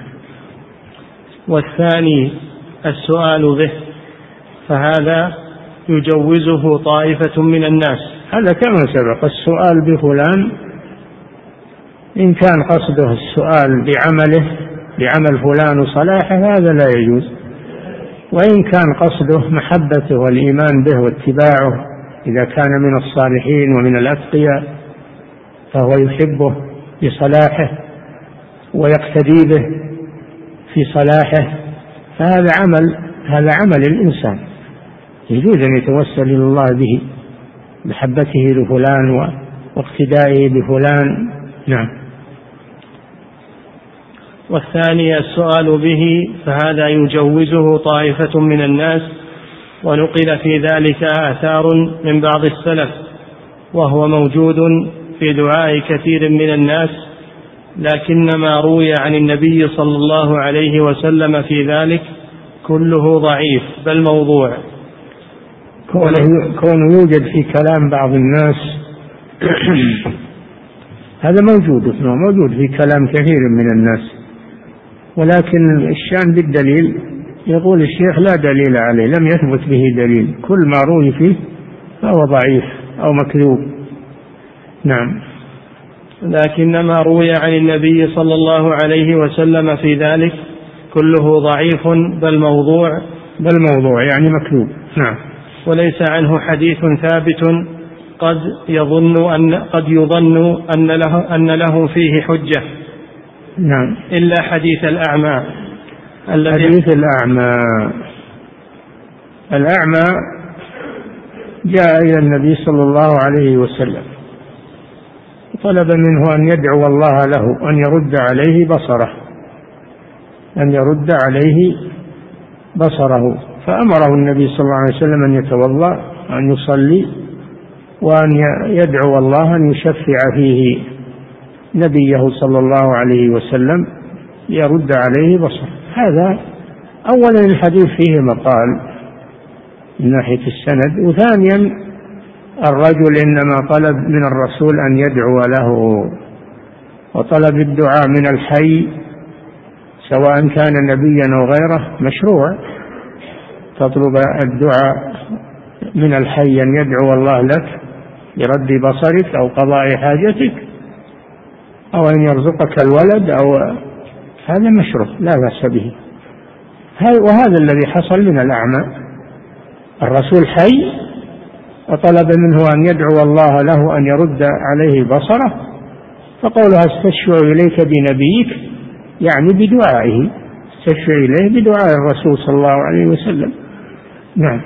والثاني السؤال به، فهذا يجوزه طائفة من الناس. هذا كما سبق، السؤال بفلان إن كان قصده السؤال بعمله بعمل فلان وصلاحه هذا لا يجوز، وإن كان قصده محبته والإيمان به واتباعه إذا كان من الصالحين ومن الأتقياء فهو يحبه بصلاحه ويقتدي به في صلاحه، فهذا عمل هذا عمل الإنسان، يجوز أن يتوسل إلى الله به، محبته لفلان واقتدائه بفلان. نعم. والثاني السؤال به، فهذا يجوزه طائفة من الناس، ونقل في ذلك آثار من بعض السلف، وهو موجود في دعاء كثير من الناس، لكنما روي عن النبي صلى الله عليه وسلم في ذلك كله ضعيف بل موضوع. كونه يوجد في كلام بعض الناس هذا موجود موجود في كلام كثير من الناس، ولكن الشان بالدليل يقول الشيخ لا دليل عليه، لم يثبت به دليل، كل ما روي فيه فهو ضعيف أو مكذوب. نعم. لكنما روي عن النبي صلى الله عليه وسلم في ذلك كله ضعيف بل موضوع بل موضوع يعني مكذوب. نعم. وليس عنه حديث ثابت قد يظن أن قد يظن أن له أن له فيه حجة. نعم. إلا حديث الأعمى. حديث الأعمى الأعمى جاء إلى النبي صلى الله عليه وسلم طلب منه أن يدعو الله له أن يرد عليه بصره أن يرد عليه بصره فأمره النبي صلى الله عليه وسلم أن يتوضأ أن يصلي وأن يدعو الله أن يشفع فيه نبيه صلى الله عليه وسلم يرد عليه بصره. هذا أولا الحديث فيه مقال من ناحية السند، وثانيا الرجل إنما طلب من الرسول أن يدعو له، وطلب الدعاء من الحي سواء كان نبيا أو غيره مشروع، تطلب الدعاء من الحي أن يدعو الله لك برد بصرك أو قضاء حاجتك أو أن يرزقك الولد أو هذا مشروع لا بأس به. وهذا الذي حصل من الأعمى، الرسول حي وطلب منه أن يدعو الله له أن يرد عليه بصره، فقولها استشفع إليك بنبيك يعني بدعائه، استشفع إليه بدعاء الرسول صلى الله عليه وسلم. نعم.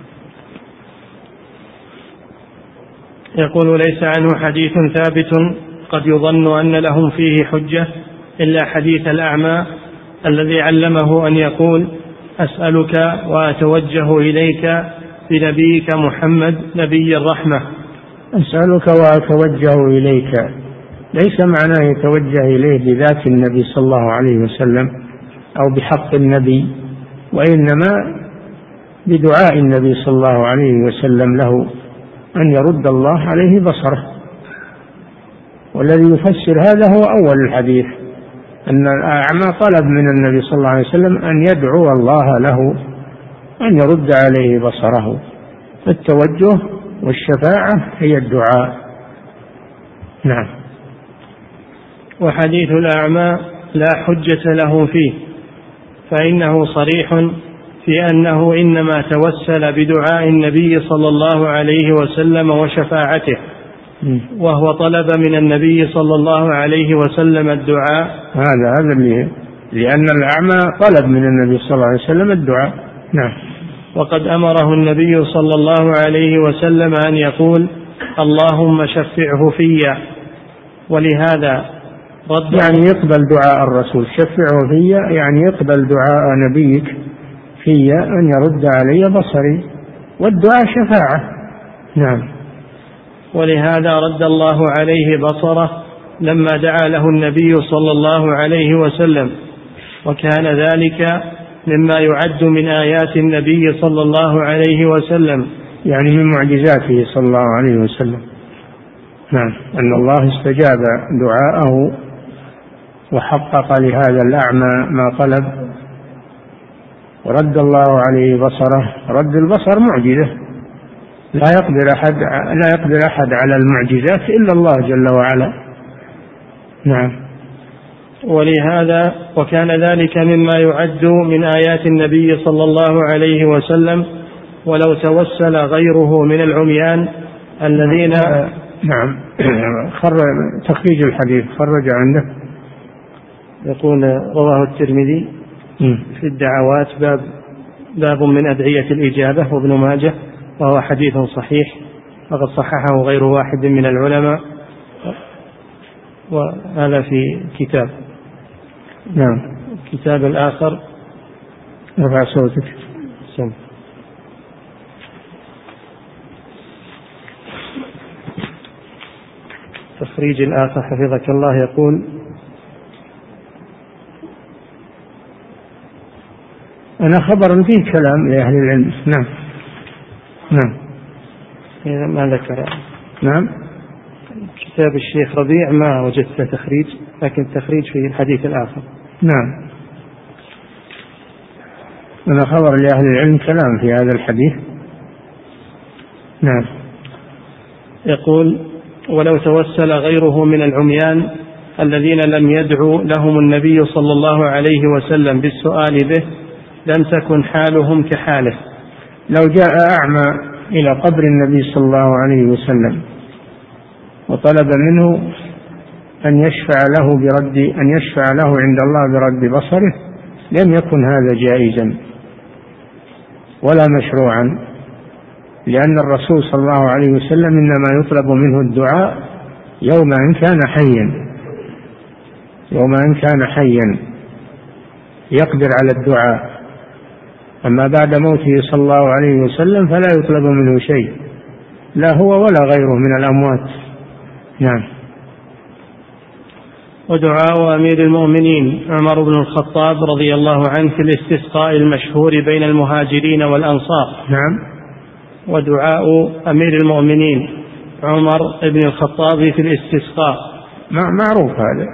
يقول ليس عنه حديث ثابت قد يظن أن لهم فيه حجة إلا حديث الأعمى الذي علمه أن يقول أسألك وأتوجه إليك بنبيك محمد نبي الرحمة. أسألك وأتوجه إليك ليس معناه يتوجه إليه بذات النبي صلى الله عليه وسلم أو بحق النبي، وإنما بدعاء النبي صلى الله عليه وسلم له أن يرد الله عليه بصره. والذي يفسر هذا هو أول الحديث، أن الأعمى طلب من النبي صلى الله عليه وسلم أن يدعو الله له أن يرد عليه بصره. التوجه والشفاعة هي الدعاء. نعم. وحديث الأعمى لا حجة له فيه، فإنه صريح في أنه إنما توسل بدعاء النبي صلى الله عليه وسلم وشفاعته، وهو طلب من النبي صلى الله عليه وسلم الدعاء. هذا هذا اللي لأن الأعمى طلب من النبي صلى الله عليه وسلم الدعاء. نعم. وقد أمره النبي صلى الله عليه وسلم أن يقول اللهم شفعه في، ولهذا رد يعني يقبل دعاء الرسول، شفعه في يعني يقبل دعاء نبيك في أن يرد علي بصري، والدعاء شفاعة. نعم. ولهذا رد الله عليه بصره لما دعا له النبي صلى الله عليه وسلم، وكان ذلك مما يعد من آيات النبي صلى الله عليه وسلم، يعني من معجزاته صلى الله عليه وسلم. نعم. أن الله استجاب دعاءه وحقق لهذا الأعمى ما طلب ورد الله عليه بصره. رد البصر معجزة لا يقدر أحد لا يقدر أحد على المعجزات إلا الله جل وعلا. نعم. ولهذا وكان ذلك مما يعد من آيات النبي صلى الله عليه وسلم، ولو توسل غيره من العميان الذين نعم. خرج تخريج الحديث خرج عنده. يقول رواه الترمذي في الدعوات باب باب من أدعية الإجابة وابن ماجه، وهو حديث صحيح وقد صححه غير واحد من العلماء، وهذا في كتاب. نعم. كتاب الآخر ارفع صوتك. سم. تخريج الآخر حفظك الله يقول أنا خبر فيه كلام لأهل العلم. نعم نعم. إذا ما ذكر. نعم. كتاب الشيخ ربيع ما وجدت تخريج، لكن تخريج في الحديث الآخر. نعم. أنا خبر لأهل العلم كلام في هذا الحديث. نعم. يقول ولو توسل غيره من العميان الذين لم يدعو لهم النبي صلى الله عليه وسلم بالسؤال به لم تكن حالهم كحاله. لو جاء أعمى إلى قبر النبي صلى الله عليه وسلم وطلب منه أن يشفع له برد أن يشفع له عند الله برد بصره لم يكن هذا جائزا ولا مشروعا، لأن الرسول صلى الله عليه وسلم إنما يطلب منه الدعاء يوم أن كان حيا يوم أن كان حيا يقدر على الدعاء، أما بعد موته صلى الله عليه وسلم فلا يطلب منه شيء، لا هو ولا غيره من الأموات. نعم. ودعاء أمير المؤمنين عمر بن الخطاب رضي الله عنه في الاستسقاء المشهور بين المهاجرين والأنصار. نعم. ودعاء أمير المؤمنين عمر بن الخطاب في الاستسقاء معروف هذا.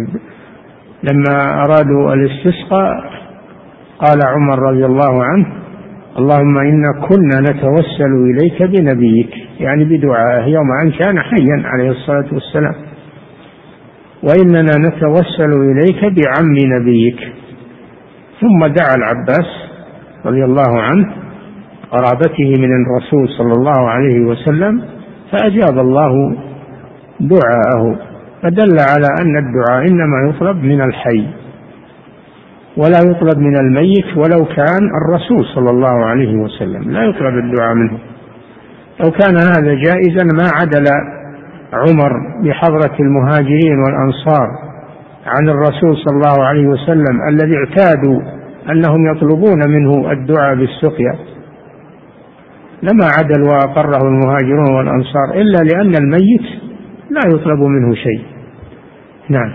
لما أرادوا الاستسقاء قال عمر رضي الله عنه اللهم إنا كنا نتوسل إليك بنبيك، يعني بدعائه يوم أن كان حيا عليه الصلاة والسلام، وإننا نتوسل إليك بعم نبيك. ثم دعا العباس رضي الله عنه قرابته من الرسول صلى الله عليه وسلم فأجاب الله دعاءه، فدل على أن الدعاء إنما يطلب من الحي ولا يطلب من الميت، ولو كان الرسول صلى الله عليه وسلم لا يطلب الدعاء منه. لو كان هذا جائزا ما عدل عمر بحضرة المهاجرين والأنصار عن الرسول صلى الله عليه وسلم الذي اعتادوا أنهم يطلبون منه الدعاء بالسقيا، لما عدل وأقره المهاجرون والأنصار إلا لأن الميت لا يطلب منه شيء. نعم.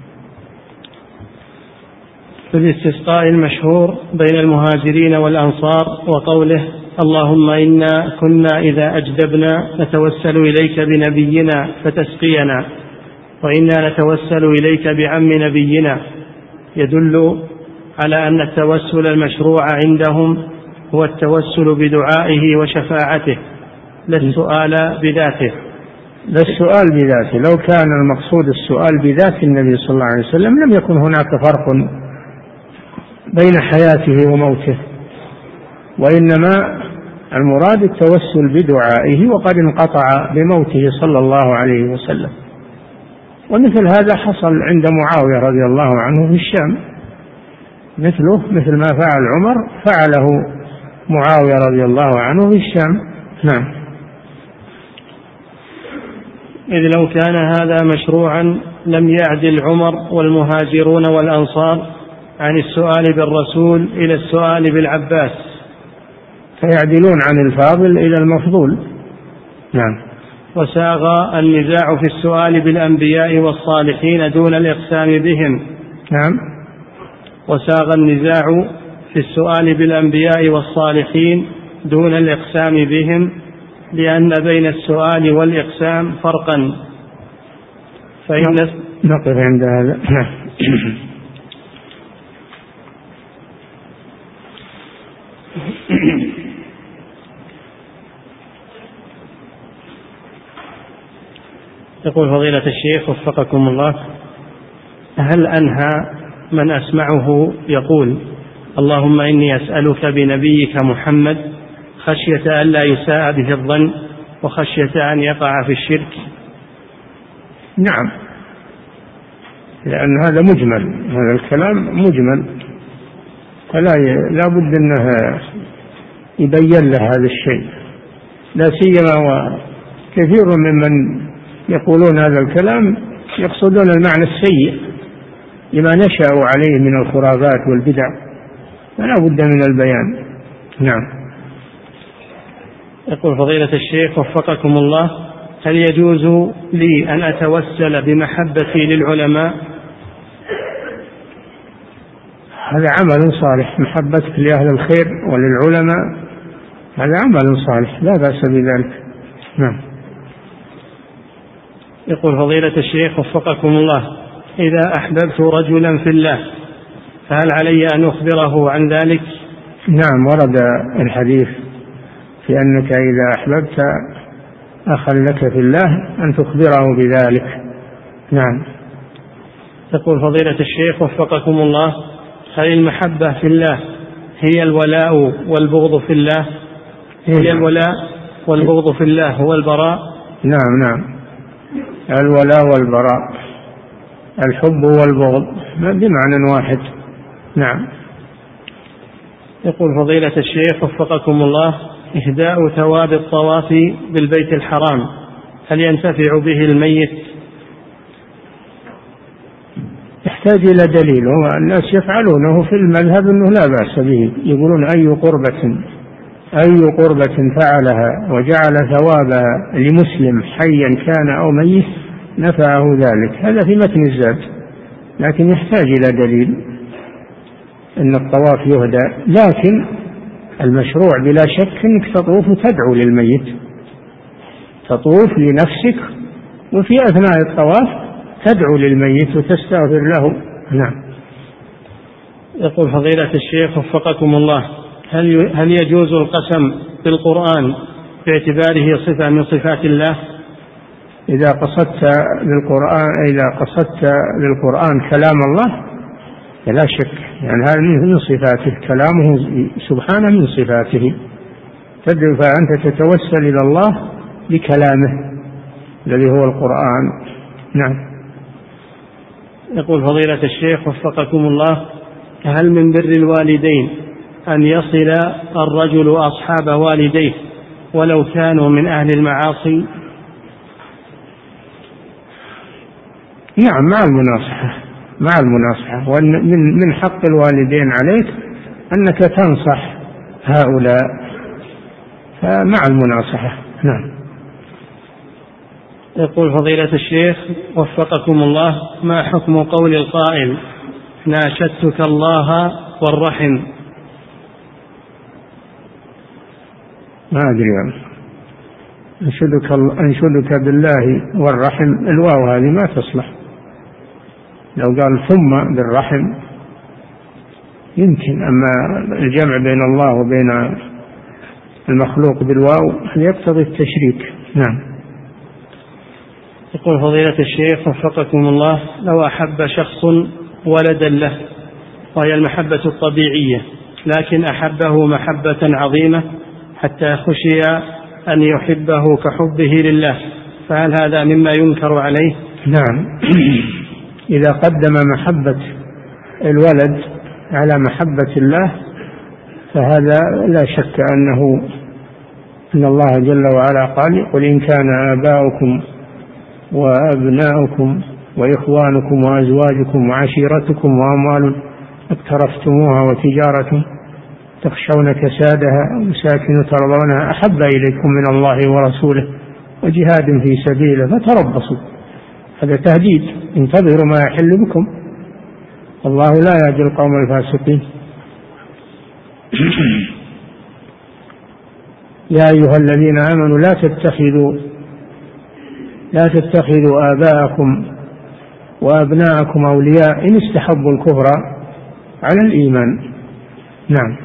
في الاستسقاء المشهور بين المهاجرين والأنصار وقوله اللهم إنا كنا إذا أجدبنا نتوسل إليك بنبينا فتسقينا، وإنا نتوسل إليك بعم نبينا، يدل على أن التوسل المشروع عندهم هو التوسل بدعائه وشفاعته لا السؤال بذاته. لا السؤال بذاته، لو كان المقصود السؤال بذات النبي صلى الله عليه وسلم لم يكن هناك فرق بين حياته وموته، وإنما المراد التوسل بدعائه وقد انقطع بموته صلى الله عليه وسلم. ومثل هذا حصل عند معاوية رضي الله عنه في الشام، مثله مثل ما فعل عمر فعله معاوية رضي الله عنه في الشام. نعم. إذ لو كان هذا مشروعا لم يعدل عمر والمهاجرون والأنصار عن السؤال بالرسول إلى السؤال بالعباس، فيعدلون عن الفاضل إلى المفضول. نعم. وساغ النزاع في السؤال بالأنبياء والصالحين دون الإقسام بهم. نعم. وساغ النزاع في السؤال بالأنبياء والصالحين دون الإقسام بهم، لأن بين السؤال والإقسام فرقا. فإن نقف عند هذا. يقول فضيلة الشيخ وفقكم الله، هل أنهى من أسمعه يقول اللهم إني أسألك بنبيك محمد خشية أن لا يساء به الظن وخشية أن يقع في الشرك نعم، لأن هذا مجمل، هذا الكلام مجمل، فلا لا بد أنه يبين له هذا الشيء، لا سيما وكثير ممن يقولون هذا الكلام يقصدون المعنى السيء لما نشأوا عليه من الخرافات والبدع، فلا بد من البيان. نعم. يقول فضيلة الشيخ وفقكم الله: هل يجوز لي أن أتوسل بمحبتي للعلماء؟ هذا عمل صالح، محبتك لأهل الخير وللعلماء هذا عمل صالح، لا بأس بذلك. نعم. يقول فضيلة الشيخ وفقكم الله: إذا أحببت رجلا في الله فهل علي أن أخبره عن ذلك؟ نعم، ورد الحديث في أنك إذا أحببت أخا لك في الله أن تخبره بذلك. نعم. يقول فضيلة الشيخ وفقكم الله: هل المحبة في الله هي الولاء والبغض في الله؟ هي الولاء والبغض في الله هو البراء؟ نعم نعم، الولاء والبراء، الحب والبغض بمعنى واحد. نعم. يقول فضيلة الشيخ وفقكم الله: إهداء ثواب الطواف بالبيت الحرام هل ينتفع به الميت؟ يحتاج إلى دليل، والناس يفعلونه في المذهب أنه لا بأس به، يقولون أي قربة أي قربة فعلها وجعل ثوابها لمسلم حيا كان أو ميت نفعه ذلك، هذا في متن الزاد، لكن يحتاج إلى دليل أن الطواف يهدى. لكن المشروع بلا شك أنك تطوف وتدعو للميت، تطوف لنفسك وفي أثناء الطواف تدعو للميت وتستغفر له. نعم. يقول فضيلة الشيخ وفقكم الله: هل هل يجوز القسم بالقرآن باعتباره صفة من صفات الله؟ إذا قصدت للقرآن إذا قصدت للقرآن كلام الله فلا شك، يعني هذا من صفاته، كلامه سبحانه من صفاته، تدعو فأنت تتوسل إلى الله بكلامه الذي هو القرآن. نعم. يقول فضيلة الشيخ وفقكم الله: هل من بر الوالدين أن يصل الرجل أصحاب والديه ولو كانوا من أهل المعاصي؟ نعم، مع المناصحة، مع المناصحة، ومن من حق الوالدين عليك أنك تنصح هؤلاء، فمع المناصحة. نعم. يقول فضيلة الشيخ وفقكم الله: ما حكم قول القائل ناشدتك الله والرحم؟ ما أدري، أنشدك, أنشدك بالله والرحم، الواو هذه ما تصلح، لو قال ثم بالرحم يمكن، أما الجمع بين الله وبين المخلوق بالواو يقتضي التشريك. نعم. يقول فضيلة الشيخ وفقكم الله: لو أحب شخص ولدا له وهي المحبة الطبيعية، لكن أحبه محبة عظيمة حتى خشي أن يحبه كحبه لله، فهل هذا مما ينكر عليه؟ نعم. إذا قدم محبة الولد على محبة الله فهذا لا شك أنه أن الله جل وعلا قال: قل إن كان آباؤكم وأبناؤكم وإخوانكم وأزواجكم وعشيرتكم وأموال اقترفتموها وتجارة تخشون كسادها ومساكن ترضونها أحب إليكم من الله ورسوله وجهاد في سبيله فتربصوا. هذا تهديد، انتظروا ما يحل بكم، الله لا يهدي القوم الفاسقين. يا أيها الذين آمنوا لا تتخذوا لا تتخذوا آباءكم وأبناءكم أولياء إن استحبوا الكفر على الإيمان. نعم.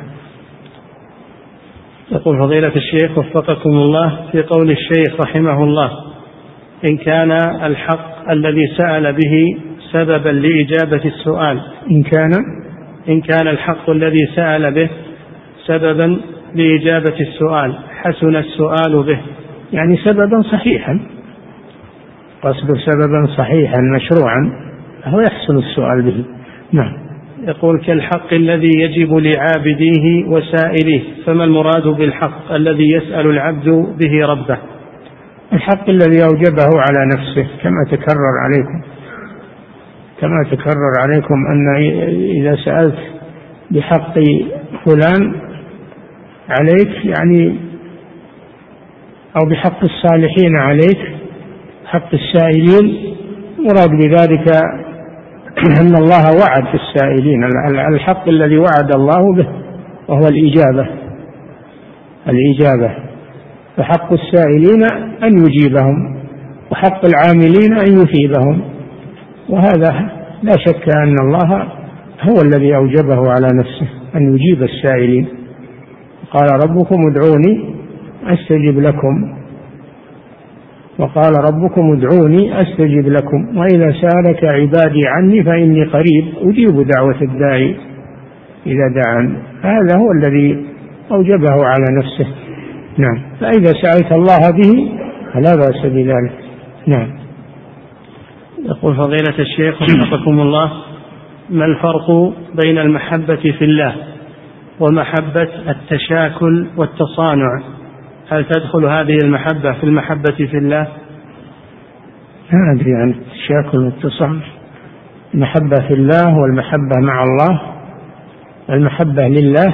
يقول فضيلة الشيخ وفقكم الله: في قول الشيخ رحمه الله: إن كان الحق الذي سأل به سببا لإجابة السؤال إن كان إن كان الحق الذي سأل به سببا لإجابة السؤال حسن السؤال به، يعني سببا صحيحا، قصد سببا صحيحا مشروعا هو يحسن السؤال به. نعم. يقول: كالحق الذي يجب لعابديه وسائليه، فما المراد بالحق الذي يسأل العبد به ربه؟ الحق الذي أوجبه على نفسه، كما تكرر عليكم كما تكرر عليكم أن إذا سألت بحق فلان عليك يعني أو بحق الصالحين عليك، حق السائلين، مراد بذلك أن الله وعد في السائلين الحق الذي وعد الله به وهو الإجابة الإجابة فحق السائلين أن يجيبهم وحق العاملين أن يثيبهم، وهذا لا شك أن الله هو الذي أوجبه على نفسه أن يجيب السائلين. قال: ربكم ادعوني أستجب لكم وقال ربكم ادعوني أستجب لكم وإذا سألك عبادي عني فإني قريب أجيب دعوة الداعي إذا دعان. هذا هو الذي أوجبه على نفسه. نعم. فإذا سألت الله به فلا بأس بذلك. نعم. يقول فضيلة الشيخ وفقكم الله: ما الفرق بين المحبة في الله ومحبة التشاكل والتصانع؟ هل تدخل هذه المحبة في المحبة في الله؟ لا أدري عن التشاكل والتصانع. المحبة في الله والمحبة مع الله. المحبة لله،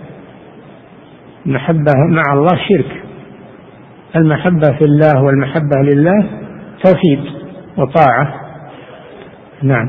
المحبة مع الله شرك. المحبة في الله والمحبة لله توحيد وطاعة. نعم.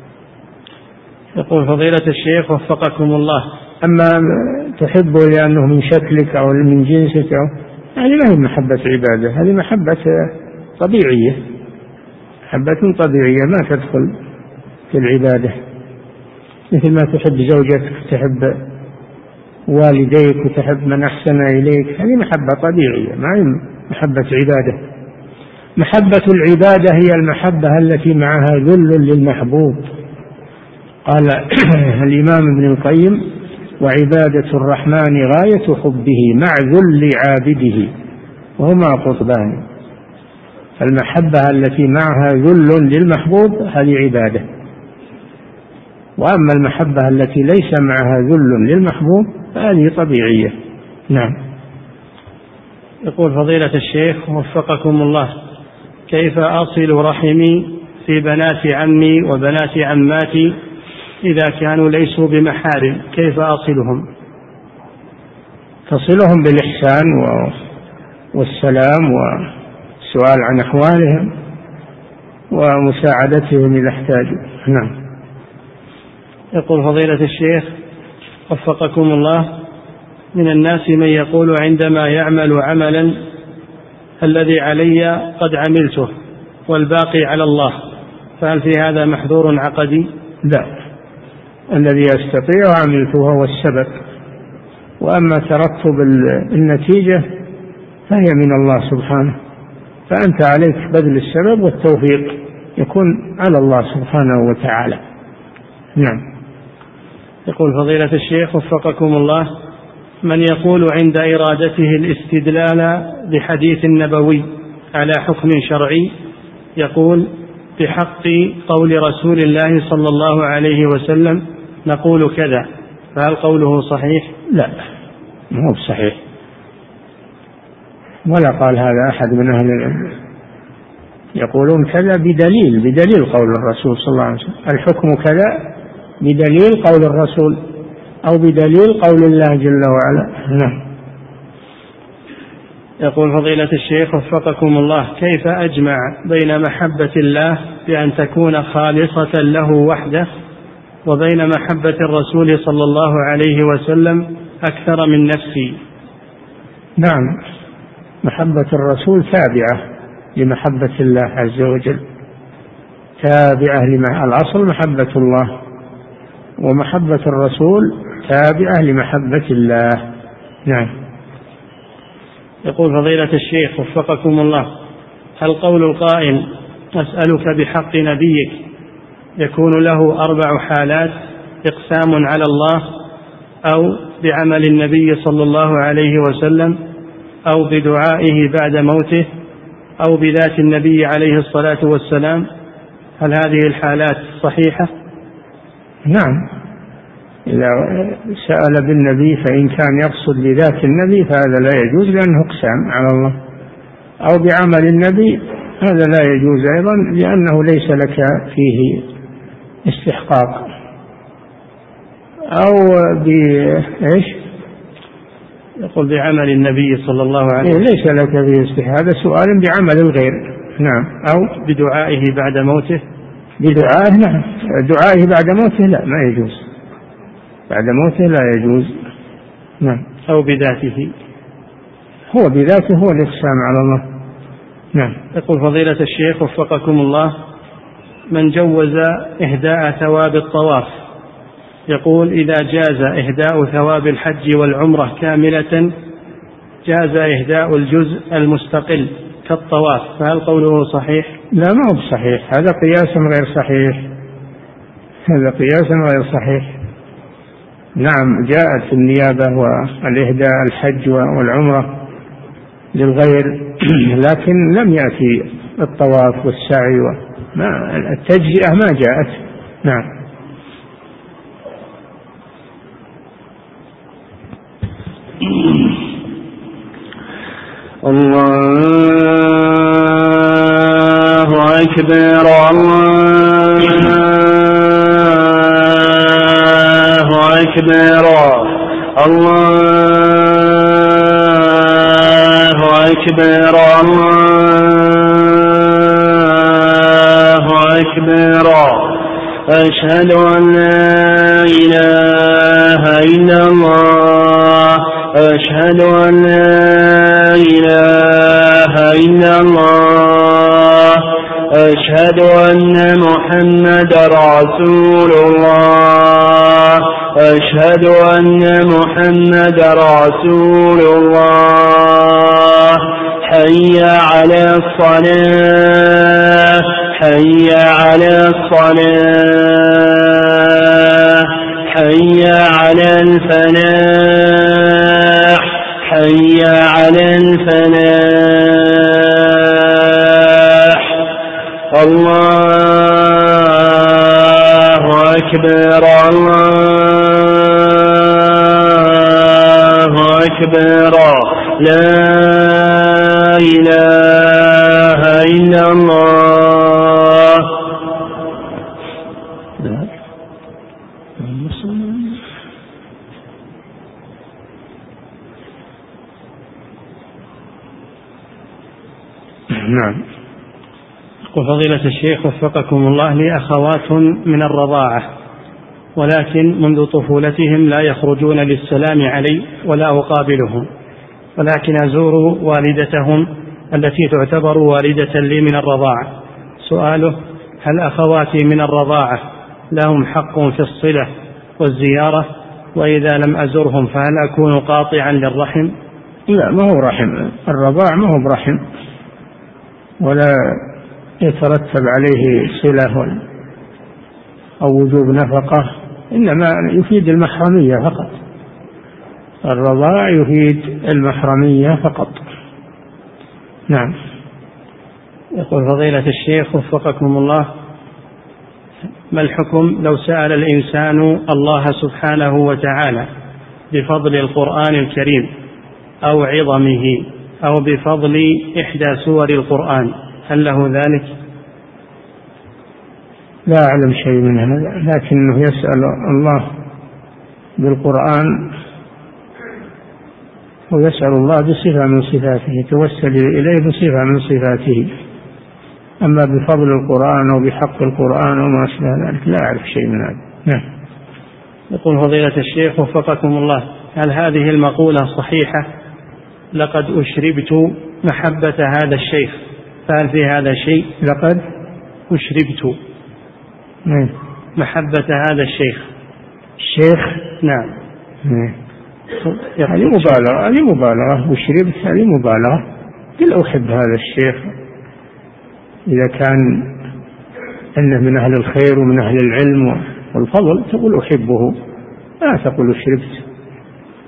يقول فضيلة الشيخ وفقكم الله: أما تحبه لأنه من شكلك أو من جنسك أو هذه يعني ما هي محبة عبادة، هذه محبة طبيعية، محبة طبيعية ما تدخل في العبادة، مثل ما تحب زوجتك، تحب والديك، وتحب من أحسن إليك، هذه محبة طبيعية ما هي محبة عبادة. محبة العبادة هي المحبة التي معها ذل للمحبوب. قال الإمام ابن القيم: وعبادة الرحمن غاية حبه مع ذل عابده وهما قطبان. المحبة التي معها ذل للمحبوب هذه عبادة، وأما المحبة التي ليس معها ذل للمحبوب هذه طبيعية. نعم. يقول فضيلة الشيخ وفقكم الله: كيف أصل رحمي في بنات عمي وبنات عماتي إذا كانوا ليسوا بمحارم؟ كيف أصلهم؟ تصلهم بالإحسان والسلام والسؤال عن أحوالهم ومساعدتهم إذا احتاجوا. نعم. يقول فضيلة الشيخ وفقكم الله: من الناس من يقول عندما يعمل عملا: الذي علي قد عملته والباقي على الله، فهل في هذا محذور عقدي؟ لا، الذي يستطيع عملته هو السبب، وأما ترتب النتيجة فهي من الله سبحانه، فأنت عليك بذل السبب والتوفيق يكون على الله سبحانه وتعالى. نعم. يقول فضيلة الشيخ وفقكم الله: من يقول عند إرادته الاستدلال بحديث نبوي على حكم شرعي يقول: بحق قول رسول الله صلى الله عليه وسلم نقول كذا، فهل قوله صحيح؟ لا، مو صحيح، ولا قال هذا أحد من أهل العلم. يقولون كذا بدليل بدليل قول الرسول صلى الله عليه وسلم، الحكم كذا بدليل قول الرسول أو بدليل قول الله جل وعلا. نعم. يقول فضيلة الشيخ وفقكم الله: كيف أجمع بين محبة الله بأن تكون خالصة له وحده وبين محبة الرسول صلى الله عليه وسلم أكثر من نفسي؟ نعم، محبة الرسول تابعة لمحبة الله عز وجل، تابعة لما الأصل محبة الله، ومحبة الرسول تابعة لمحبة الله. نعم. يقول فضيلة الشيخ وفقكم الله: هل قول القائل أسألك بحق نبيك يكون له أربع حالات: إقسام على الله، أو بعمل النبي صلى الله عليه وسلم، أو بدعائه بعد موته، أو بذات النبي عليه الصلاة والسلام؟ هل هذه الحالات صحيحة؟ نعم، إذا سأل بالنبي فإن كان يقصد بذات النبي فهذا لا يجوز لأنه اقسام على الله، أو بعمل النبي هذا لا يجوز أيضا لأنه ليس لك فيه استحقاق. أو بإيش؟ يقول بعمل النبي صلى الله عليه وسلم ليس لك فيه استحقاق، هذا سؤال بعمل الغير. نعم. أو بدعائه بعد موته. بدعائه نعم، دعائه بعد موته لا، ما يجوز، بعد موته لا يجوز. نعم. أو بذاته، هو بذاته هو الإقسام على الله. نعم. يقول فضيلة الشيخ وفقكم الله: من جوز إهداء ثواب الطواف، يقول إذا جاز إهداء ثواب الحج والعمرة كاملة جاز إهداء الجزء المستقل كالطواف، فهل قوله صحيح؟ لا، ما هو صحيح، هذا قياس غير صحيح، هذا قياس غير صحيح. نعم، جاءت النيابة والإهداء الحج والعمرة للغير، لكن لم يأتي الطواف والسعي، ما التجزئة ما جاءت. نعم. الله أكبر الله أكبر الله أكبر الله أكبر. أشهد أن لا إله إلا الله أشهد أن لا إله إلا الله أشهد أن محمدا رسول الله أشهد أن محمدا رسول الله. حي على الصلاة حي على الصلاة حي على الفلاح حي على الفلاح. الله أكبر الله أكبر. لا إله إلا الله. نعم. وفضيلة الشيخ وفقكم الله: لي أخوات من الرضاعة، ولكن منذ طفولتهم لا يخرجون للسلام علي ولا أقابلهم، ولكن أزور والدتهم التي تعتبر والدة لي من الرضاعة. سؤاله: هل أخواتي من الرضاعة لهم حق في الصلة والزيارة؟ وإذا لم أزرهم فهل أكون قاطعا للرحم؟ لا، ما هو رحم، الرضاع ما هو برحم ولا يترتب عليه صلة أو وجوب نفقة، إنما يفيد المحرمية فقط، الرضاع يفيد المحرمية فقط. نعم. يقول فضيلة الشيخ وفقكم الله: ما الحكم لو سأل الإنسان الله سبحانه وتعالى بفضل القرآن الكريم أو عظمه أو بفضل إحدى سور القرآن، هل له ذلك؟ لا أعلم شيء من هذا، لكنه يسأل الله بالقرآن ويسأل الله بصفة من صفاته، توسل إليه بصفة من صفاته. أما بفضل القرآن أو بحق القرآن وما أشبه ذلك لا أعرف شيء من هذا. نعم. يقول فضيلة الشيخ وفقكم الله: هل هذه المقولة صحيحة؟ لقد أشربت محبة هذا الشيخ، فهل في هذا شيء؟ لقد أشربت نعم. محبة هذا الشيخ. الشيخ نعم. نعم. هذه مبالغة، هذه مبالغة، وشربت هذه مبالغة. قل أحب هذا الشيخ إذا كان أنه من أهل الخير ومن أهل العلم والفضل تقول أحبه، لا تقول أشربت،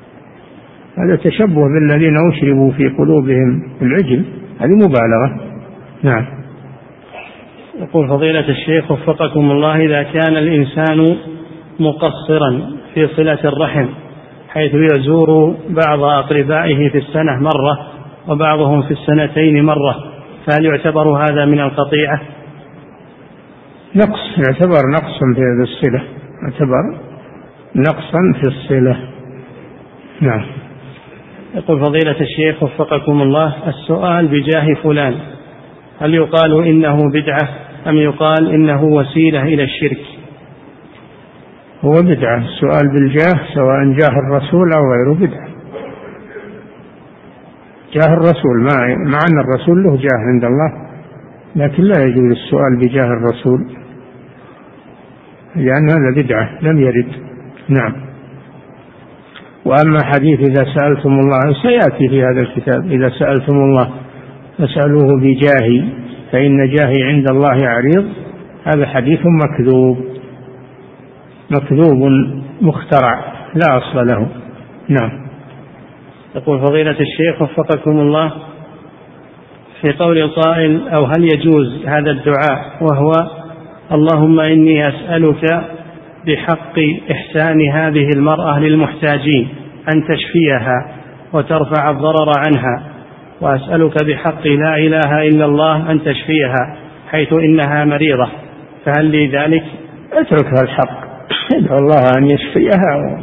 هذا تشبه بالذين أشربوا في قلوبهم العجل، هذه مبالغة. نعم. يقول فضيلة الشيخ وفقكم الله: إذا كان الإنسان مقصرا في صلة الرحم حيث يزور بعض أقربائه في السنة مرة وبعضهم في السنتين مرة، فهل يعتبر هذا من القطيعة؟ نقص، يعتبر نقصا في الصلة، يعتبر نقصا في الصلة. نعم. يقول فضيلة الشيخ وفقكم الله: السؤال بجاه فلان هل يقال إنه بدعة أم يقال إنه وسيلة إلى الشرك؟ هو بدعة، السؤال بالجاه سواء جاه الرسول أو غيره بدعة. جاه الرسول مع أن الرسول له جاه عند الله، لكن لا يجوز السؤال بجاه الرسول لأن هذا بدعة لم يرد. نعم. وأما حديث إذا سألتم الله سيأتي في هذا الكتاب: إذا سألتم الله فاسألوه بجاهي فإن جاهي عند الله عريض، هذا حديث مكذوب مكذوب مخترع لا أصل له. نعم. يقول فضيلة الشيخ وفقكم الله: في قول القائل أو هل يجوز هذا الدعاء وهو اللهم إني أسألك بحق إحسان هذه المرأة للمحتاجين أن تشفيها وترفع الضرر عنها، وأسألك بحق لا إله إلا الله أن تشفيها حيث إنها مريضة، فهل لي ذلك؟ اتركها الحق، ادعو الله أن يشفيها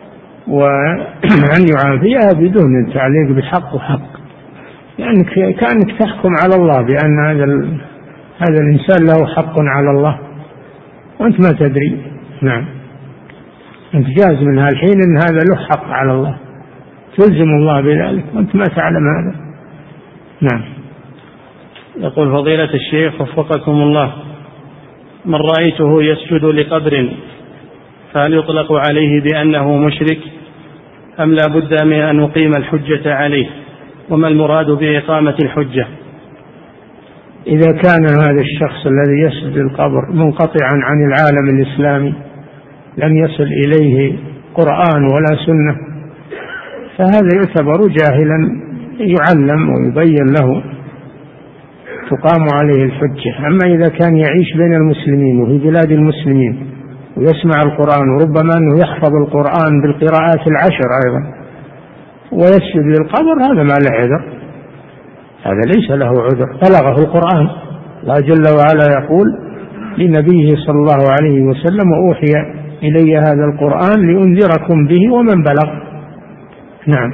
وأن يعافيها بدون تعليق بحق وحق، يعني كأنك تحكم على الله بأن هذا هذا الإنسان له حق على الله وأنت ما تدري. نعم. أنت جاز منها الحين أن هذا له حق على الله، تلزم الله بذلك وأنت ما تعلم هذا. نعم. يقول فضيلة الشيخ وفقكم الله: من رأيته يسجد لقبر فهل يطلق عليه بأنه مشرك أم لا بد من أن نقيم الحجة عليه؟ وما المراد بإقامة الحجة؟ إذا كان هذا الشخص الذي يسجد القبر منقطعا عن العالم الإسلامي لم يصل إليه قرآن ولا سنة فهذا يعتبر جاهلا، يعلم ويبين له تقام عليه الحجة. أما إذا كان يعيش بين المسلمين وفي بلاد المسلمين ويسمع القرآن وربما أنه يحفظ القرآن بالقراءات العشر أيضا ويسجد للقبر، هذا ما له عذر، هذا ليس له عذر، بلغه القرآن. الله جل وعلا يقول لنبيه صلى الله عليه وسلم: وأوحي إلي هذا القرآن لأنذركم به ومن بلغ. نعم.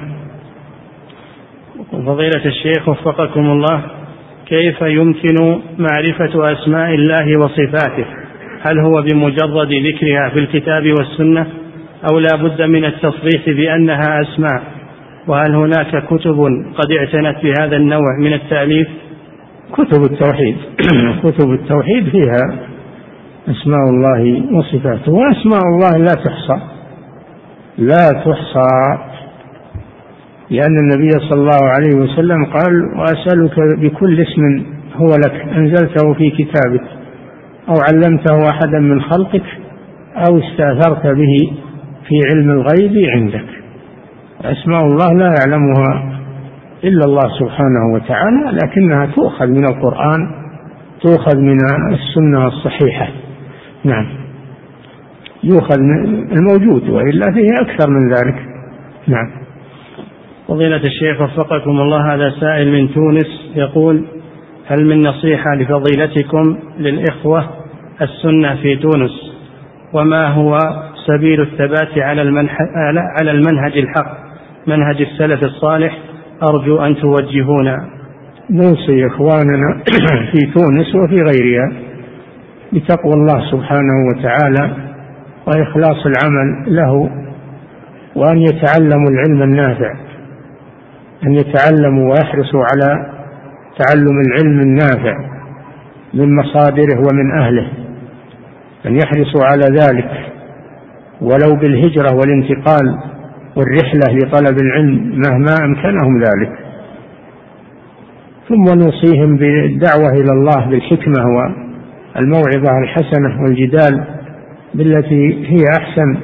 فضيلة الشيخ وفقكم الله: كيف يمكن معرفة أسماء الله وصفاته؟ هل هو بمجرد ذكرها في الكتاب والسنة أو لا بد من التصريح بأنها أسماء؟ وهل هناك كتب قد اعتنت بهذا النوع من التأليف؟ كتب التوحيد كتب التوحيد فيها أسماء الله وصفاته، وأسماء الله لا تحصى لا تحصى لأن النبي صلى الله عليه وسلم قال: وأسألك بكل اسم هو لك أنزلته في كتابك أو علمته أحدا من خلقك أو استأثرت به في علم الغيب عندك. أسماء الله لا يعلمها إلا الله سبحانه وتعالى، لكنها تؤخذ من القرآن، تؤخذ من السنة الصحيحة. نعم. يؤخذ من الموجود وإلا فيه أكثر من ذلك. نعم. فضيلة الشيخ وفقكم الله: هذا سائل من تونس يقول: هل من نصيحة لفضيلتكم للإخوة السنة في تونس؟ وما هو سبيل الثبات على على المنهج الحق منهج السلف الصالح؟ أرجو أن توجهونا. نوصي إخواننا في تونس وفي غيرها بتقوى الله سبحانه وتعالى وإخلاص العمل له، وأن يتعلموا العلم النافع، أن يتعلموا ويحرصوا على تعلم العلم النافع من مصادره ومن أهله، أن يحرصوا على ذلك ولو بالهجرة والانتقال والرحلة لطلب العلم مهما أمكنهم ذلك. ثم نوصيهم بالدعوة إلى الله بالحكمة والموعظة الحسنة والجدال بالتي هي أحسن،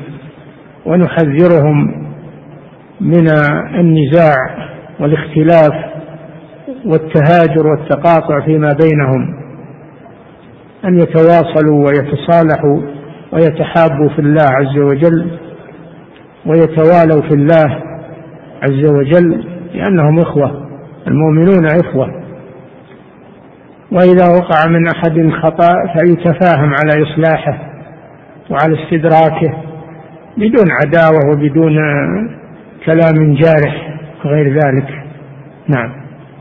ونحذرهم من النزاع والاختلاف والتهاجر والتقاطع فيما بينهم، أن يتواصلوا ويتصالحوا ويتحابوا في الله عز وجل ويتوالوا في الله عز وجل، لأنهم إخوة، المؤمنون إخوة. وإذا وقع من أحد خطأ فيتفاهم على إصلاحه وعلى استدراكه بدون عداوة وبدون كلام جارح غير ذلك. نعم.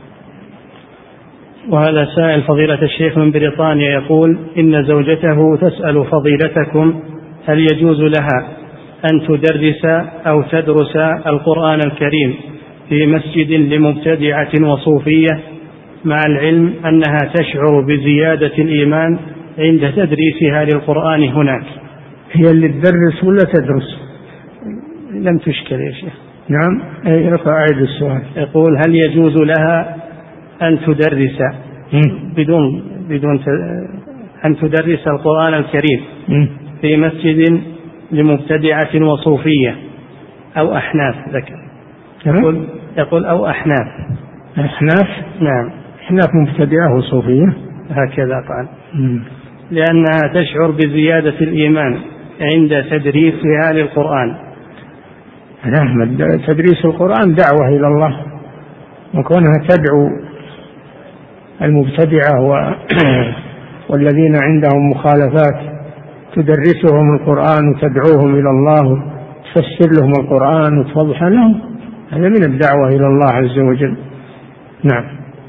وهذا سائل فضيلة الشيخ من بريطانيا يقول إن زوجته تسأل فضيلتكم هل يجوز لها أن تدرس أو تدرس القرآن الكريم في مسجد لمبتدعة وصوفية، مع العلم أنها تشعر بزيادة الإيمان عند تدريسها للقرآن هناك؟ هي اللي تدرس ولا تدرس؟ لم تشكل يا شيخ. نعم. أعيد السؤال. يقول هل يجوز لها أن تدرس بدون بدون أن تدرس القرآن الكريم في مسجد لمبتدعة وصوفية أو أحناف؟ ذكر يقول, يقول أو أحناف. أحناف؟ نعم. أحناف مبتدعة وصوفية هكذا قال. لأنها تشعر بزيادة الإيمان عند تدريسها للقرآن. نعم. تدريس القرآن دعوة إلى الله، وكونها تدعو المبتدعة والذين عندهم مخالفات تدرسهم القرآن وتدعوهم إلى الله وتفسر لهم القرآن وتوضح لهم، هذا من الدعوة إلى الله عز وجل. نعم.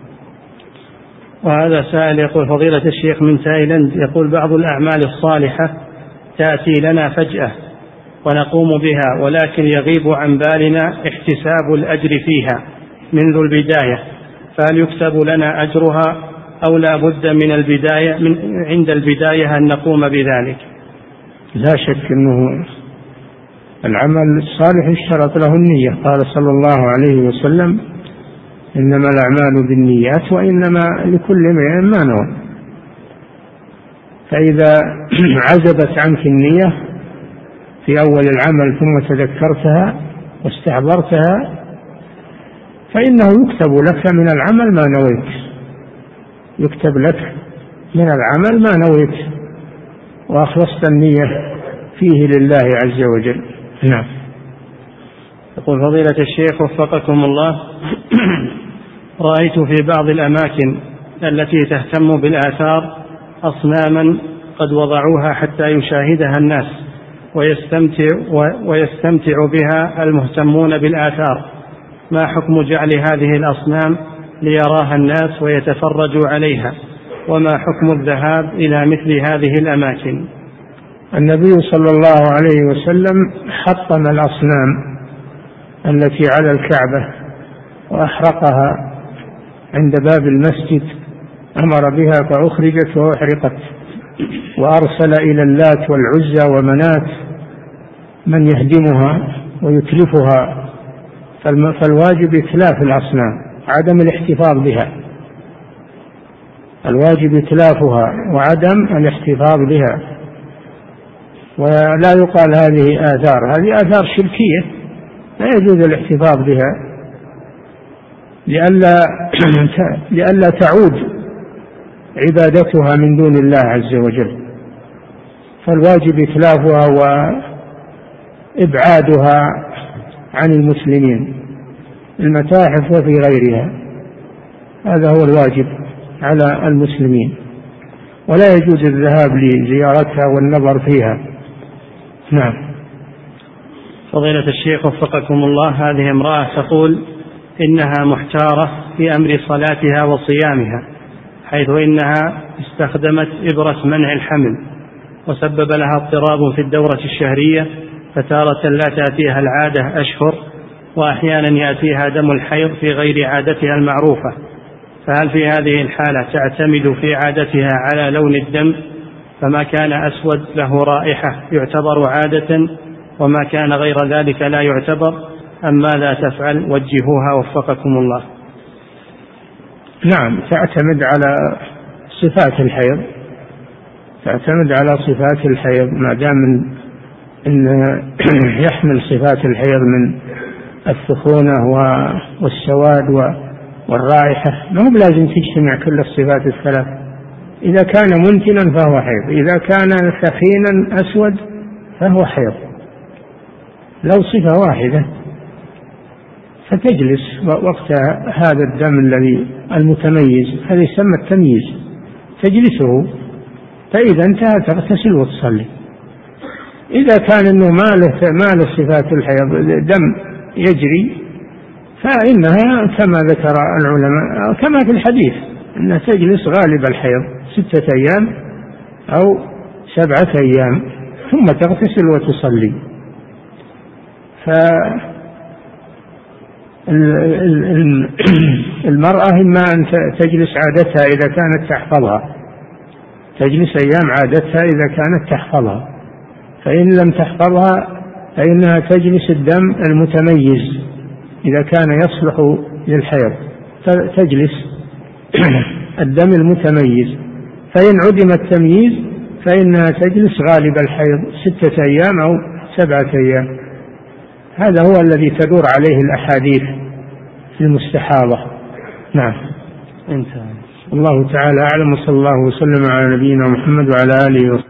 وهذا سائل يقول فضيلة الشيخ من تايلاند يقول بعض الأعمال الصالحة تأتي لنا فجأة ونقوم بها، ولكن يغيب عن بالنا احتساب الأجر فيها منذ البداية، فهل يكتب لنا أجرها أو لا بد من البداية من عند البداية أن نقوم بذلك؟ لا شك أنه العمل الصالح اشترط له النية، قال صلى الله عليه وسلم إنما الأعمال بالنيات وإنما لكل امرئ ما نوى. فإذا عزبت عنك النية في أول العمل ثم تذكرتها واستحضرتها فإنه يكتب لك من العمل ما نويت، يكتب لك من العمل ما نويت وأخلصت النية فيه لله عز وجل. نعم. يقول فضيلة الشيخ وفقكم الله رأيت في بعض الأماكن التي تهتم بالآثار أصناما قد وضعوها حتى يشاهدها الناس ويستمتع, ويستمتع بها المهتمون بالآثار، ما حكم جعل هذه الأصنام ليراها الناس ويتفرجوا عليها، وما حكم الذهاب إلى مثل هذه الأماكن؟ النبي صلى الله عليه وسلم حطم الأصنام التي على الكعبة وأحرقها عند باب المسجد، أمر بها فأخرجت وأحرقت، وأرسل إلى اللات والعزى ومنات من يهدمها ويتلفها، فالواجب إتلاف الأصنام عدم الاحتفاظ بها، الواجب إتلافها وعدم الاحتفاظ بها. ولا يقال هذه آثار، هذه آثار شركية لا يجوز الاحتفاظ بها لئلا لئلا تعود عبادتها من دون الله عز وجل، فالواجب إتلافها وإبعادها عن المسلمين المتاحف وفي غيرها، هذا هو الواجب على المسلمين، ولا يجوز الذهاب لزيارتها والنظر فيها. نعم. فضيلة الشيخ وفقكم الله هذه امرأة تقول إنها محتارة في أمر صلاتها وصيامها، حيث إنها استخدمت إبرة منع الحمل وسبب لها اضطراب في الدورة الشهرية، فتارة لا تأتيها العادة أشهر، وأحيانا يأتيها دم الحيض في غير عادتها المعروفة، فهل في هذه الحالة تعتمد في عادتها على لون الدم، فما كان أسود له رائحة يعتبر عادة وما كان غير ذلك لا يعتبر، أم ماذا تفعل؟ وجهوها وفقكم الله. نعم، تعتمد على صفات الحيض، تعتمد على صفات الحيض ما دام إن يحمل صفات الحيض من السخونة والسواد والرائحة، ما هو لازم تجتمع كل الصفات الثلاث. إذا كان منتنا فهو حيض، إذا كان ثخينا أسود فهو حيض. لو صفة واحدة فتجلس وقت هذا الدم الذي المتميز، هذا يسمى التمييز، تجلسه، فإذا انتهى تغتسل وتصلي. إذا كان أنه ما له ما له صفات الحيض، دم يجري، فإنها كما ذكر العلماء كما في الحديث أنها تجلس غالب الحيض ستة أيام أو سبعة أيام ثم تغتسل وتصلي. فالمرأة إما أن تجلس عادتها إذا كانت تحفظها، تجلس أيام عادتها إذا كانت تحفظها، فإن لم تحفظها فإنها تجلس الدم المتميز إذا كان يصلح للحيض، تجلس الدم المتميز. فإن عدم التمييز فإنها تجلس غالب الحيض ستة أيام أو سبعة أيام. هذا هو الذي تدور عليه الأحاديث في المستحاضة. نعم، انتهى. الله تعالى أعلم، وصلى الله وسلم على نبينا محمد وعلى آله وصحبه.